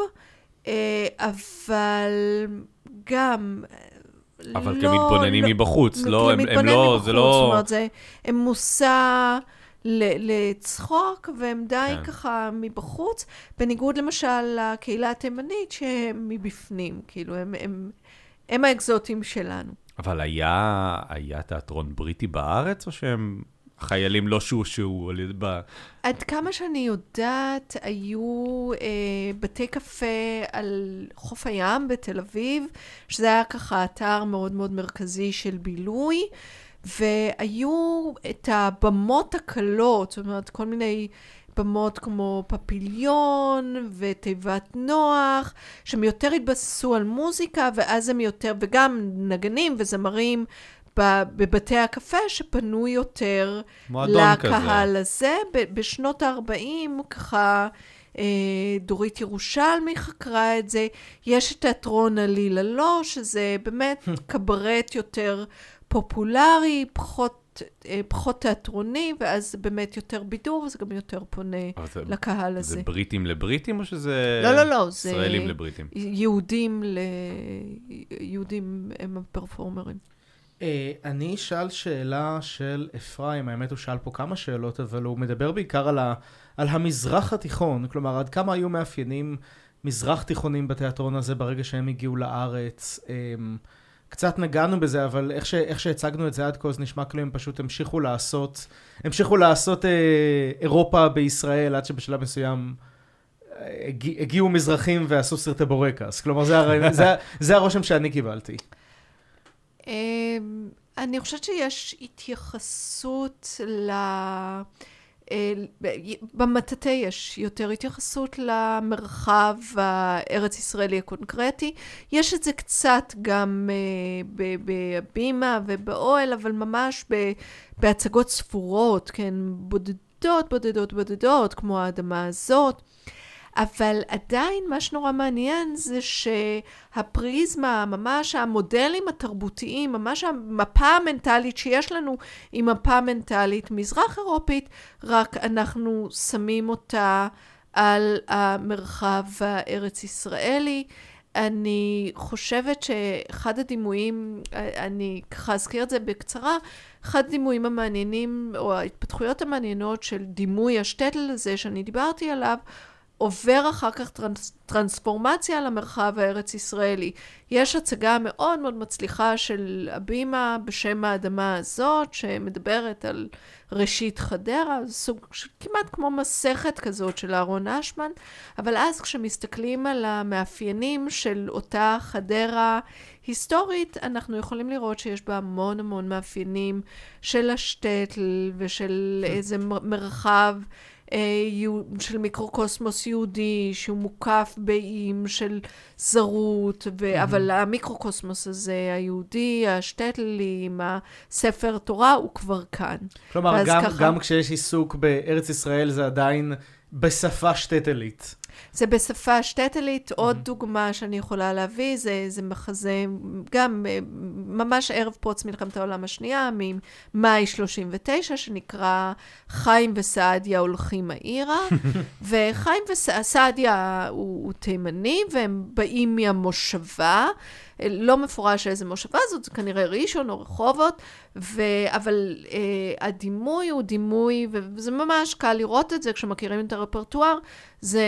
אבל גם אבל כמתבוננים מבחוץ, לא, הם לא, זה לא... זאת אומרת, הם מושא לצחוק, והם די ככה מבחוץ, בניגוד למשל לקהילה התימנית, שהם מבפנים, כאילו, הם האקזוטים שלנו. אבל היה תיאטרון בריטי בארץ, או שהם חיילים לא שושו? עד כמה שאני יודעת, היו בתי קפה על חוף הים בתל אביב, שזה היה ככה אתר מאוד מאוד מרכזי של בילוי, והיו את הבמות הקלות, זאת אומרת, כל מיני במות כמו פפיליון ותיבת נוח, שהם יותר התבססו על מוזיקה, ואז הם יותר, וגם נגנים וזמרים, בבתי הקפה שפנו יותר לקהל הזה. בשנות ה-40 ככה דורית ירושלמי חקרה את זה. יש את תיאטרון עלילה לא, שזה באמת קברט יותר פופולרי, פחות תיאטרוני, ואז באמת יותר בידור, וזה גם יותר פונה לקהל הזה. זה בריטים לבריטים, או שזה... לא, ישראלים לבריטים? יהודים הם הפרפורמרים. אני אשאל שאלה של אפרים, האמת הוא שאל פה כמה שאלות, אבל הוא מדבר בעיקר על המזרח התיכון, כלומר, עד כמה היו מאפיינים מזרח תיכונים בתיאטרון הזה ברגע שהם הגיעו לארץ. קצת נגענו בזה, אבל איך שהצגנו את זה עד כה, אז נשמע כאילו הם פשוט המשיכו לעשות אירופה בישראל, עד שבשלב מסוים הגיעו מזרחים ועשו סרטי בורקס. כלומר, זה הרושם שאני קיבלתי. אני חושבת שיש התייחסות במטאטא יש יותר התייחסות למרחב הארץ ישראלי הקונקרטי. יש את זה קצת גם בבימה ובאוהל, אבל ממש בהצגות ספורות, כן, בודדות, כמו האדמה הזאת. אבל עדיין מה שנורא מעניין זה שהפריזמה, ממש המודלים התרבותיים, ממש המפה המנטלית שיש לנו היא מפה מנטלית מזרח אירופית, רק אנחנו שמים אותה על המרחב הארץ ישראלי. אני חושבת שאחד הדימויים, אני ככה אזכיר את זה בקצרה, אחד הדימויים המעניינים או ההתפתחויות המעניינות של דימוי השטטל הזה שאני דיברתי עליו, עובר אחר כך טרנספורמציה למרחב הארץ ישראלי. יש הצגה מאוד מאוד מצליחה של הבימה בשם האדמה הזאת, שמדברת על ראשית חדרה, סוג כמעט כמו מסכת כזאת של אהרון אשמן, אבל אז כשמסתכלים על המאפיינים של אותה חדרה היסטורית, אנחנו יכולים לראות שיש בה המון המון מאפיינים של השטטל ושל איזה מרחב של מיקרוקוסמוס יהודי שהוא מוקף באיים של זרות, אבל המיקרוקוסמוס הזה היהודי, השטטלי עם הספר תורה הוא כבר כאן. כלומר גם כשיש עיסוק בארץ ישראל זה עדיין בשפה שטטלית. זה בשפה שטטלית. עוד דוגמה שאני יכולה להביא, זה מחזה גם ממש ערב פרוץ מלחמת העולם השנייה, ממאי 39, שנקרא חיים וסעדיה הולכים העירה. וחיים וסעדיה הוא תימני, והם באים מהמושבה, לא מפורש איזה מושבה זאת, זה כנראה ראשון או רחובות, אבל הדימוי הוא דימוי, וזה ממש קל לראות את זה כשמכירים את הרפרטואר, זה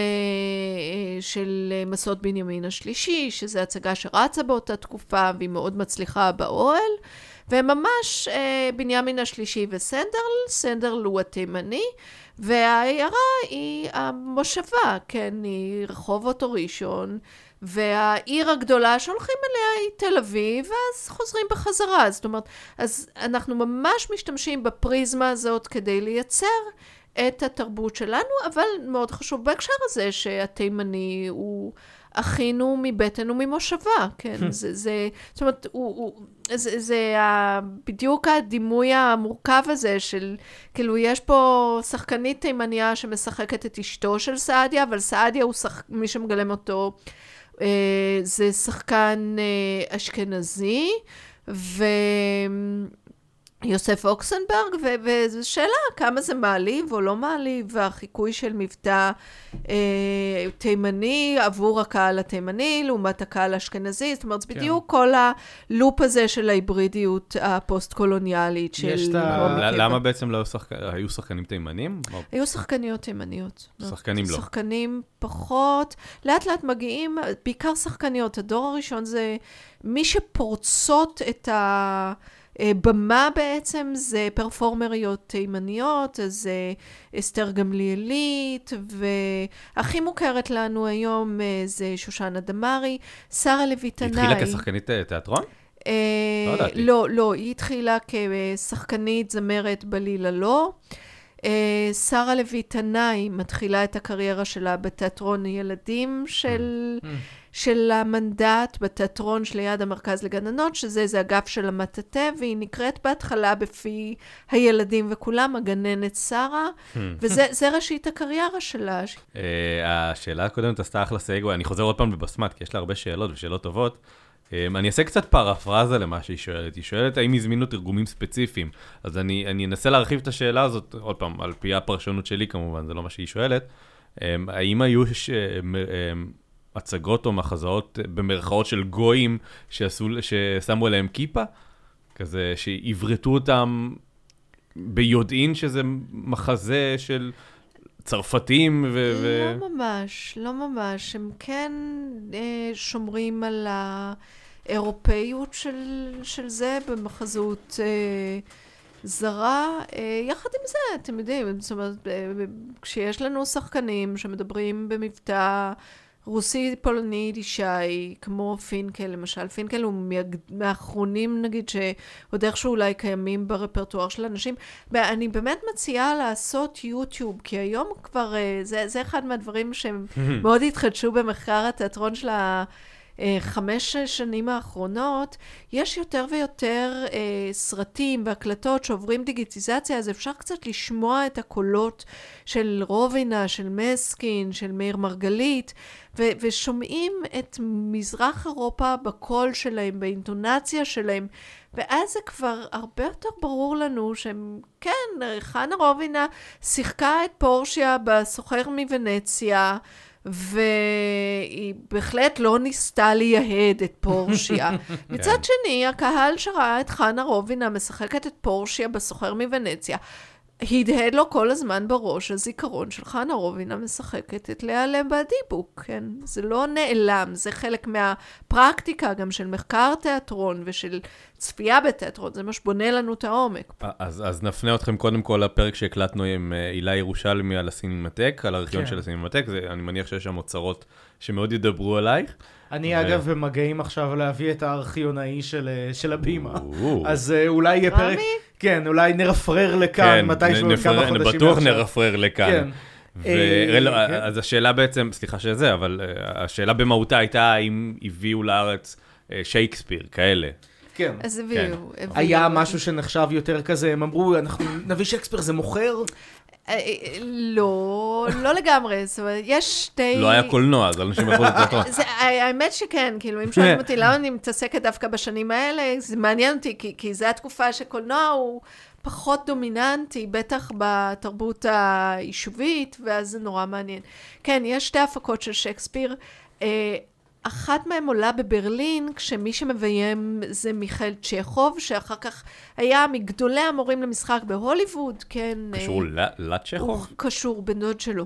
של מסעות בנימין השלישי, שזו הצגה שרצה באותה תקופה, והיא מאוד מצליחה באוהל, וממש בנימין השלישי סנדרל הוא התימני, והעיירה היא המושבה, כן, היא רחובות או ראשון, והעיר הגדולה שהולכים אליה היא תל אביב, ואז חוזרים בחזרה. זאת אומרת, אז אנחנו ממש משתמשים בפריזמה הזאת כדי לייצר את התרבות שלנו, אבל מאוד חשוב בהקשר הזה שהתימני הוא אחינו מבטן וממושבה, כן? זאת אומרת, זה בדיוק הדימוי המורכב הזה של, כאילו, יש פה שחקנית תימניה שמשחקת את אשתו של סעדיה, אבל סעדיה הוא מי שמגלם אותו, זה שחקן אשכנזי, יוסף אוקסנברג, וזו שאלה כמה זה מעליב או לא מעליב, והחיקוי של מבטא תימני עבור הקהל התימני, לעומת הקהל האשכנזי, זאת אומרת, זה בדיוק כל הלופ הזה של ההיברידיות הפוסט-קולוניאלית של... למה בעצם לא היו שחקנים תימנים? היו שחקניות תימניות. שחקנים לא. שחקנים פחות, לאט לאט מגיעים, בעיקר שחקניות. הדור הראשון זה מי שפורצות את במה בעצם זה פרפורמריות תימניות, אז אסתר גמליאלית, והכי מוכרת לנו היום זה שושנה דמארי, שרה לויטנאי. היא התחילה כשחקנית תיאטרון? לא, היא התחילה כשחקנית זמרת בלילה לא. שרה לוי תנאי מתחילה את הקריירה שלה בתיאטרון ילדים של המנדט, בתיאטרון שליד המרכז לגננות, שזה אגף של המטאטה, והיא נקראת בהתחלה בפי הילדים וכולם, הגננת שרה, וזה ראשית הקריירה שלה. השאלה הקודמת עשתה אחלה סגווי, אני חוזר עוד פעם בבסמת, כי יש לה הרבה שאלות ושאלות טובות. אני אעשה קצת פרפרזה למה שהיא שואלת. היא שואלת האם הזמינו תרגומים ספציפיים. אז אני אנסה להרחיב את השאלה הזאת, עוד פעם, על פי הפרשנות שלי כמובן, זה לא מה שהיא שואלת. האם היו הצגות או מחזאות במרכאות של גויים ששמו עליהם כיפה? כזה שעברתו אותם ביודעין שזה מחזה של צרפתים לא ממש, לא ממש. הם כן שומרים על האירופאיות של זה במחזות זרה. יחד עם זה, אתם יודעים, זאת אומרת, כשיש לנו שחקנים שמדברים במבטא רוסי, פולני, דישאי, כמו פינקל, למשל. פינקל הוא מהאחרונים, נגיד, שעוד איכשהו אולי קיימים ברפרטואר של אנשים. ואני באמת מציעה לעשות יוטיוב, כי היום כבר, זה אחד מהדברים שהם מאוד התחדשו במחקר התיאטרון של 5 שנים האחרונות. יש יותר ויותר סרטים והקלטות שעוברים דיגיטיזציה, אז אפשר קצת לשמוע את הקולות של רובינה, של מסקין, של מאיר מרגלית, ושומעים את מזרח אירופה בקול שלהם, באינטונציה שלהם, ואז זה כבר הרבה יותר ברור לנו שהם, כן, חנה רובינה שיחקה את פורשיה בסוחר מוונציה, והיא בהחלט לא ניסתה לייהד את פורשיה. מצד שני, הקהל שראה את חנה רובינה משחקת את פורשיה בסוחר מוונציה, הדהד לו כל הזמן בראש הזיכרון של חנה רובינה משחקת את לאה לב הדיבוק, כן? זה לא נעלם, זה חלק מהפרקטיקה גם של מחקר תיאטרון ושל צפייה בתיאטרון, זה מה שבונה לנו את העומק. אז נפנה אתכם קודם כל לפרק שהקלטנו עם אילי ירושלמי על הסינמטק, על הארכיון של הסינמטק, אני מניח שיש שם אוצרות שמאוד ידברו עלייך. אני אגב במגעים עכשיו להביא את הארכיונאי של הבימה, אז אולי יהיה פרק... כן, אולי נרפרר לכאן, מתישהו כמה חודשים מעכשיו. בטוח נרפרר לכאן. אז השאלה בעצם, סליחה שזה, אבל השאלה במהותה הייתה האם הביאו לארץ שייקספיר, כאלה. כן. אז הביאו. היה משהו שנחשב יותר כזה, הם אמרו, אנחנו נביא שייקספיר, זה מוכר? לא לגמרי, זאת אומרת, יש שתי... לא היה קולנוע, אז אנשים יכולו לתת... האמת שכן, כאילו, אם שואלים אותי למה אני מתעסקת דווקא בשנים האלה, זה מעניין אותי, כי זו התקופה שקולנוע הוא פחות דומיננטי, בטח בתרבות היישובית, ואז זה נורא מעניין. כן, יש 2 הפקות של שייקספיר, אחת מהם עולה בברלין, כשמי שמביים זה מיכאל צ'כוב, שאחר כך היה מגדולי המורים למשחק בהוליווד, כן. קשור לצ'כוב? הוא קשור בן דוד שלו.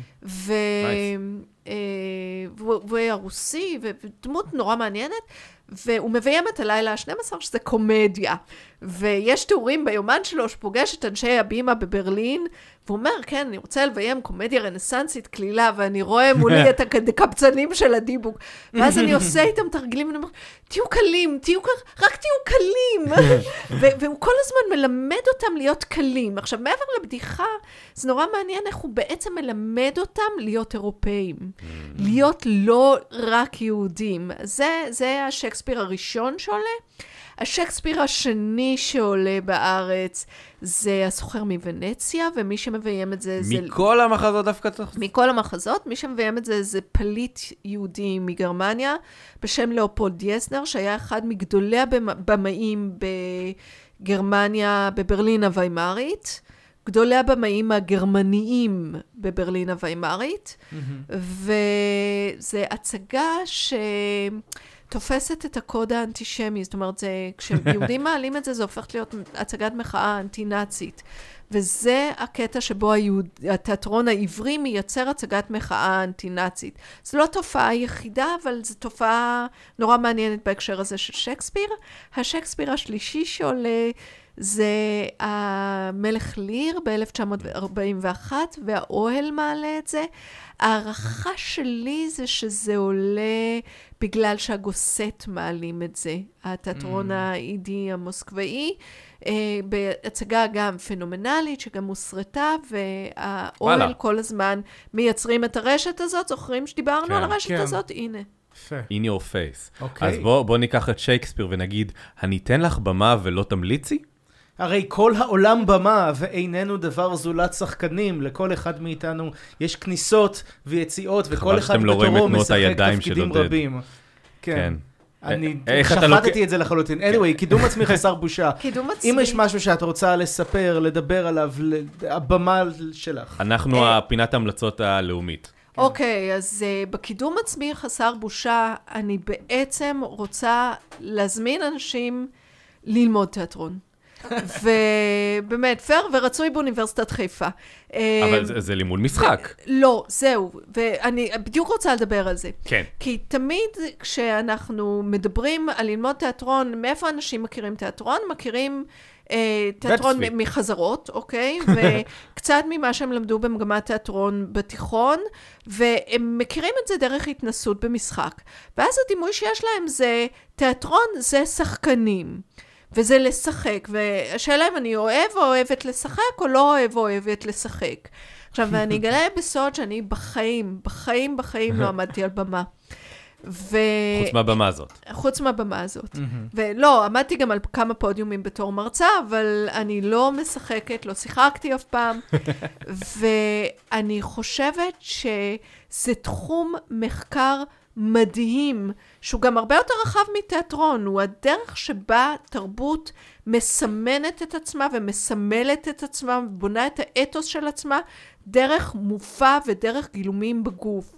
והוא היה רוסי, ודמות נורא מעניינת, והוא מביים את הלילה ה-12, שזה קומדיה. ויש תיאורים ביומן שלו שפוגש את אנשי הבימה בברלין, והוא אומר, כן, אני רוצה לביים קומדיה רנסנסית כלילה, ואני רואה מולי את הקבצנים של הדיבוק. ואז אני עושה איתם תרגילים, ואני אומר, תהיו קלים, רק תהיו קלים. והוא כל הזמן מלמד אותם להיות קלים. עכשיו, מעבר לבדיחה, זה נורא מעניין איך הוא בעצם מלמד אותם להיות אירופאים. להיות לא רק יהודים. זה השייקספיר הראשון שעולה. השייקספיר השני שעולה בארץ זה הסוחר מוונציה, ומי שמביים את זה... מכל המחזות דווקא צריך? מכל המחזות, מי שמביים את זה פליט יהודי מגרמניה, בשם לאופולד יסנר, שהיה אחד מגדולי הבמאים בגרמניה, בברלין הוויימרית, גדולי הבמאים הגרמניים בברלין הוויימרית, וזה הצגה תופסת את הקוד האנטישמי, זאת אומרת, כשיהודים מעלים את זה, זה הופך להיות הצגת מחאה אנטי-נאצית. וזה הקטע שבו התיאטרון העברי מייצר הצגת מחאה אנטי-נאצית. זו לא תופעה יחידה, אבל זו תופעה נורא מעניינת בהקשר הזה של שייקספיר. השייקספיר השלישי שעולה זה המלך ליר ב-1941, והאוהל מעלה את זה. הערכה שלי זה שזה עולה בגלל שהגוסט מעלים את זה. התיאטרון האידי המוסקבאי, בהצגה גם פנומנלית, שגם הוסרטה, והאוהל כל הזמן מייצרים את הרשת הזאת. זוכרים שדיברנו על הרשת הזאת? הנה. In your face. אז בוא ניקח את שייקספיר ונגיד, הניתן לך במה ולא תמליצי? הרי כל העולם במה ואיננו דבר זולת שחקנים. לכל אחד מאיתנו יש כניסות ויציאות, וכל אחד בתורו משחק תפקידים רבים. כן. אני שחטתי את זה לחלוטין. anyway, קידום עצמי חסר בושה. אם יש משהו שאת רוצה לספר, לדבר עליו, הבמה שלך. אנחנו הפינת המלצות הלאומית. אוקיי, אז בקידום עצמי חסר בושה, אני בעצם רוצה להזמין אנשים ללמוד תיאטרון. ובאמת, פייר ורצוי באוניברסיטת חיפה. אבל זה לימוד משחק. לא, זהו, ואני בדיוק רוצה לדבר על זה. כן. כי תמיד כשאנחנו מדברים על ללמוד תיאטרון, מאיפה אנשים מכירים תיאטרון? מכירים תיאטרון מחזרות, אוקיי? וקצת ממה שהם למדו במגמת תיאטרון בתיכון, והם מכירים את זה דרך התנסות במשחק. ואז הדימוי שיש להם זה, תיאטרון זה שחקנים. וזה לשחק, והשאלה אם אני אוהב או אוהבת לשחק, או לא אוהב או אוהבת לשחק. עכשיו, ואני אגלה בסוד שאני בחיים לא עמדתי על במה. חוץ מהבמה הזאת. חוץ מהבמה הזאת. ולא, עמדתי גם על כמה פודיומים בתור מרצה, אבל אני לא משחקת, לא שיחקתי אף פעם. ואני חושבת שזה תחום מחקר מדהים, שהוא גם הרבה יותר רחב מתיאטרון, הוא הדרך שבה תרבות מסמנת את עצמה ומסמלת את עצמה, בונה את האתוס של עצמה, דרך מופע ודרך גילומים בגוף.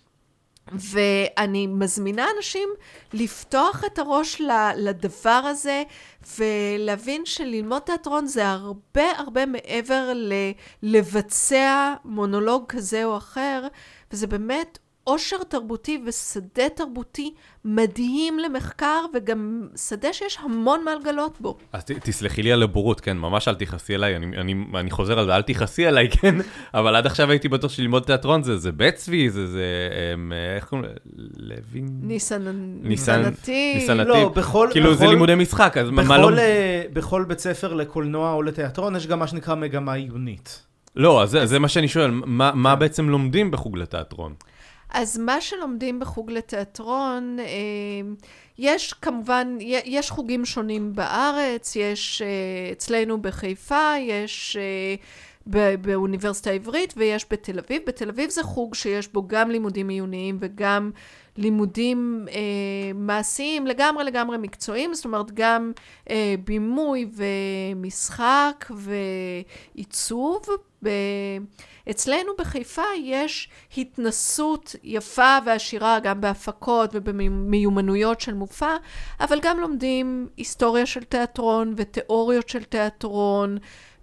ואני מזמינה אנשים לפתוח את הראש לדבר הזה, ולהבין שללמוד תיאטרון זה הרבה מעבר לבצע מונולוג כזה או אחר, וזה באמת עושר תרבותי ושדה תרבותי מדהים למחקר, וגם שדה שיש המון מה לגלות בו. אז תסלחי לי על הבורות, כן, ממש אל תיחסי אליי, אני חוזר על זה, אל תיחסי אליי, כן, אבל עד עכשיו הייתי בטוח שללמוד תיאטרון, זה בית צבי, איך קוראים? לוין? ניסנתי. לא, כאילו זה לימודי משחק, אז מה לא? בכל בית ספר לקולנוע או לתיאטרון, יש גם מה שנקרא מגמה עיונית. לא, אז זה מה שאני שואל, מה בעצם לומדים בחוג לתיאטרון? אז מה שלומדים בחוג לתיאטרון, יש כמובן, יש חוגים שונים בארץ, יש אצלנו בחיפה, יש באוניברסיטה העברית ויש בתל אביב. בתל אביב זה חוג שיש בו גם לימודים עיוניים וגם לימודים מעשיים לגמרי מקצועיים, זאת אומרת גם בימוי ומשחק ועיצוב. אצלנו בחיפה יש התנסות יפה ועשירה גם בהפקות ובמיומנויות של מופע, אבל גם לומדים היסטוריה של תיאטרון ותיאוריות של תיאטרון,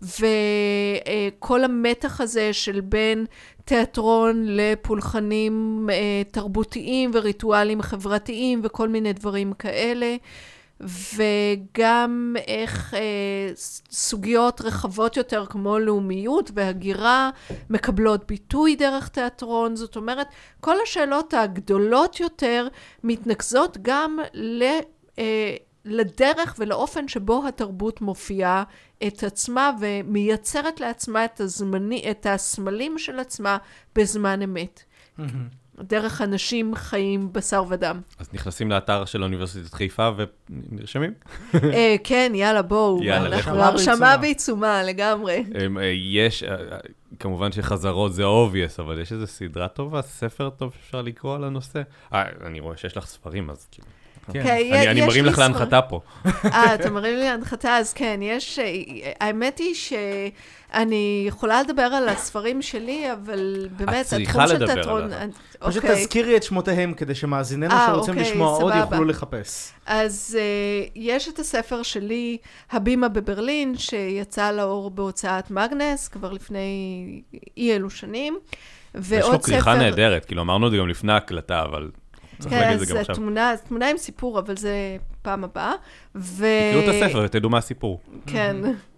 וכל המתח הזה של בין תיאטרון לפולחנים תרבותיים וריטואלים חברתיים וכל מיני דברים כאלה. וגם איך סוגיות רחבות יותר כמו לאומיות והגירה מקבלות ביטוי דרך תיאטרון. זאת אומרת, כל השאלות הגדולות יותר מתנקזות גם לדרך ולאופן שבו התרבות מופיעה את עצמה ומייצרת לעצמה את הסמלים של עצמה בזמן אמת. דרך אנשים חיים בשר ודם. אז נכנסים לאתר של אוניברסיטת חיפה ונרשמים? כן, יאללה, בואו. הרשמה בעיצומה, לגמרי. יש, כמובן שחזרות זה obvious, אבל יש איזו סדרה טובה, ספר טוב שאפשר לקרוא על הנושא? אני רואה שיש לך ספרים, אז כאילו. אני מרים לך להנחתה פה. אתה מרים לי להנחתה, אז כן, יש, האמת היא שאני יכולה לדבר על הספרים שלי, אבל באמת, התחום של תיאטרון... פשוט תזכירי את שמותיהם, כדי שמאזיננו שרוצים לשמוע עוד יוכלו לחפש. אז יש את הספר שלי, הבימה בברלין, שיצא לאור בהוצאת מגנס, כבר לפני אי אלו שנים. יש לו כריכה נהדרת, כאילו אמרנו את זה גם לפני ההקלטה, אבל... צריך להגיד את זה גם עכשיו. כן, תמונה עם סיפור, אבל זה פעם הבאה. תקראו את הספר, תדעו מה הסיפור. כן.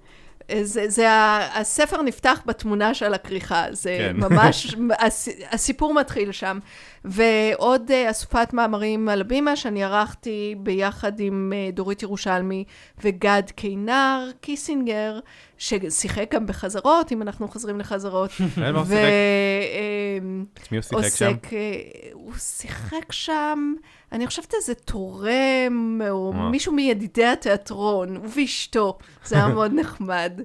הספר נפתח בתמונה של הכריכה, זה ממש, הסיפור מתחיל שם. ועוד אסופת מאמרים על הבימה שאני ערכתי ביחד עם דורית ירושלמי וגד קינר קיסינגר, ששיחק גם בחזרות, אם אנחנו חוזרים לחזרות. מי הוא שיחק שם? הוא שיחק שם, אני חושבת איזה תורם, או מישהו מידידי התיאטרון, הוא ואשתו, זה היה מאוד נחמד.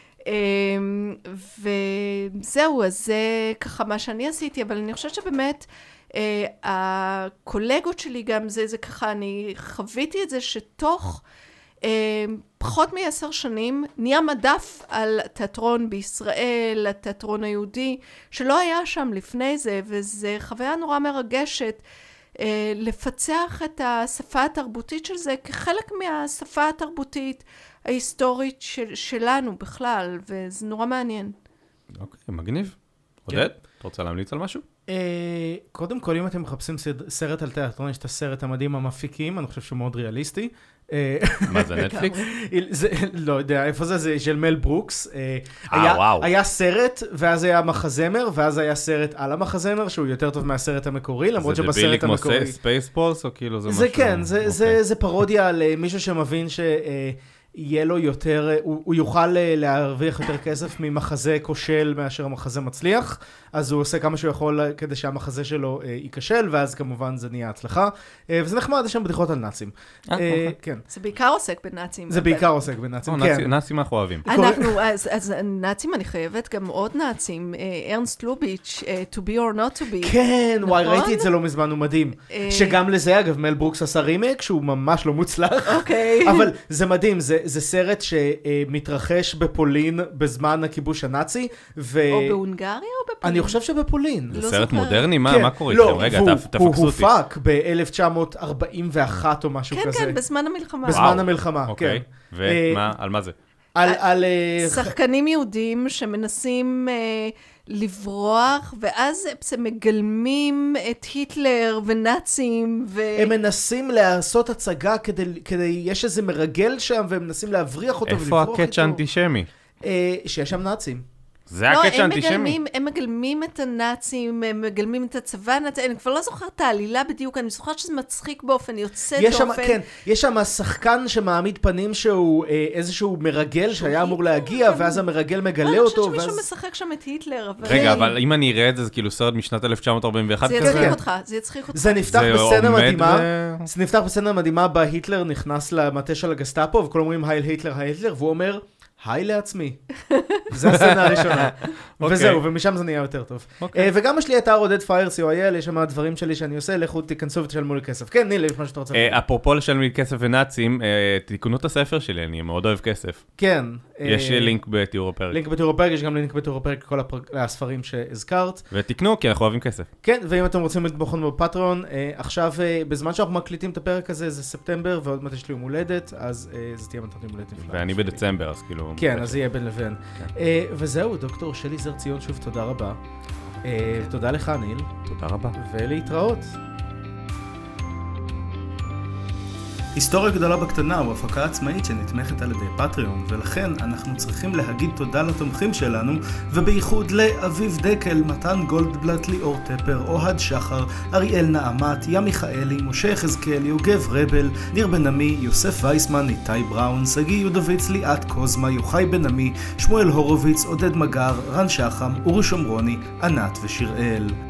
וזהו, אז זה ככה מה שאני עשיתי, אבל אני חושבת שבאמת, הקולגות שלי גם זה ככה, אני חוויתי את זה שתוך פחות מ10 שנים נהיה מדף על תיאטרון בישראל, התיאטרון היהודי, שלא היה שם לפני זה, וזה חוויה נורא מרגשת לפצח את השפה התרבותית של זה כחלק מהשפה התרבותית ההיסטורית שלנו בכלל, וזה נורא מעניין. אוקיי, מגניב. עודד, אתה רוצה להמליץ על משהו? קודם כל, אם אתם מחפשים סרט על תיאטרון, יש את הסרט המדהים המפיקים, אני חושב שהוא מאוד ריאליסטי. מה זה, נטפליקס? לא יודע, איפה זה? זה של מל ברוקס. היה סרט, ואז היה מחזמר, ואז היה סרט על המחזמר, שהוא יותר טוב מהסרט המקורי, למרות שבסרט המקורי... זה דבילי כמו ספייספולס, או כאילו זה משהו... זה כן, זה פרודיה על מישהו שמבין יהיה לו יותר, הוא יוכל להרוויח יותר כסף ממחזה כושל מאשר המחזה מצליח, אז הוא עושה כמה שהוא יכול כדי שהמחזה שלו ייכשל, ואז כמובן זה נהיה הצלחה, וזה נחמד, יש שם בדיחות על נאצים. כן. זה בעיקר עוסק בנאצים. זה בעיקר עוסק בנאצים, כן. נאצים אנחנו אוהבים. אז נאצים אני חייבת גם עוד נאצים, ארנסט לוביץ', To be or not to be. כן, וואי, ראיתי את זה לא מזמן, הוא מדהים. שגם לזה, אגב, מל ברוקס עשה רימק, שהוא ממש לא מוצלח. אוקיי. אבל זה מדהים, זה סרט שמתרחש בפולין בזמן הכיבוש הנאצי. או בהונגריה או בפולין? אני חושב שבפולין. זה סרט מודרני? מה קורה איתכם? רגע, תפקסו אותי. הוא הופק ב-1941 או משהו כזה. כן, בזמן המלחמה. בזמן המלחמה, כן. אוקיי, ומה, על מה זה? על שחקנים יהודים שמנסים לברוח, ואז הם מגלמים את היטלר ונאצים. הם מנסים לעשות הצגה כדי, יש איזה מרגל שם, והם מנסים להבריח אותו ולברוח איתו. איפה הקאץ' האנטישמי? שיש שם נאצים. זה הקאץ' האנטישמי. הם מגלמים את הנאצים, הם מגלמים את הצבא הנאצי, אני כבר לא זוכרת את העלילה בדיוק, אני זוכרת שזה מצחיק באופן יוצא דופן. כן, יש שם שחקן שמעמיד פנים שהוא איזשהו מרגל שהיה אמור להגיע, ואז המרגל מגלה אותו. אני חושבת שמישהו משחק שם את היטלר. רגע, אבל אם אני אראה את זה, זה כאילו סרט משנת 1941 כזה. זה יצחיק אותך. זה נפתח בסצנה מדהימה, בה היטלר נכנס למטה של הגסטאפו, וכולם אומרים הייל היטלר, והוא אומר, היי לעצמי. זה הסצנה הראשונה. וזהו, ומשם זה נהיה יותר טוב. וגם יש לי אתר עודד fire.co.il, יש שם דברים שלי שאני עושה, לכו תיכנסו ותשלמו לי כסף. כן, ניל, יש מה שאתה רוצה. אפרופו לשלם לי כסף ונאצים, תקנו את הספר שלי, אני מאוד אוהב כסף. כן. יש לינק בתיאור הפרק. לינק בתיאור הפרק, יש גם לינק בתיאור הפרק לכל הספרים שהזכרת. ותקנו, כי אנחנו אוהבים כסף. כן, ואם אתם רוצים לתמוך בנו בפטריון, עכשיו, בזמן שאנחנו מקליטים את הפרק הזה, זה ספטמבר, ועוד מעט יש לי יום הולדת, אז זה תהיה מתנת יום הולדת נפלא. ואני בדצמבר, אז כאילו... כן, אז יהיה בין לבין. וזהו, דוקטור שלי זר-ציון, שוב תודה רבה. תודה לך, ניל. תודה רבה. ולהתראות. היסטוריה גדולה בקטנה הוא הפקה עצמאית שנתמכת על ידי פטריון, ולכן אנחנו צריכים להגיד תודה לתומכים שלנו, ובייחוד לאביב דקל, מתן גולדבלט, ליאור טפר, אוהד שחר, אריאל נעמת, ים מיכאלי, משה יחזקאל, יוגב רבל, ניר בן עמי, יוסף וייסמן, איתי בראון, סגי יודוביץ, ליאת קוזמה, יוחאי בן עמי, שמואל הורוביץ, עודד מגר, רן שחם, אורי שומרוני, ענת ושיראל.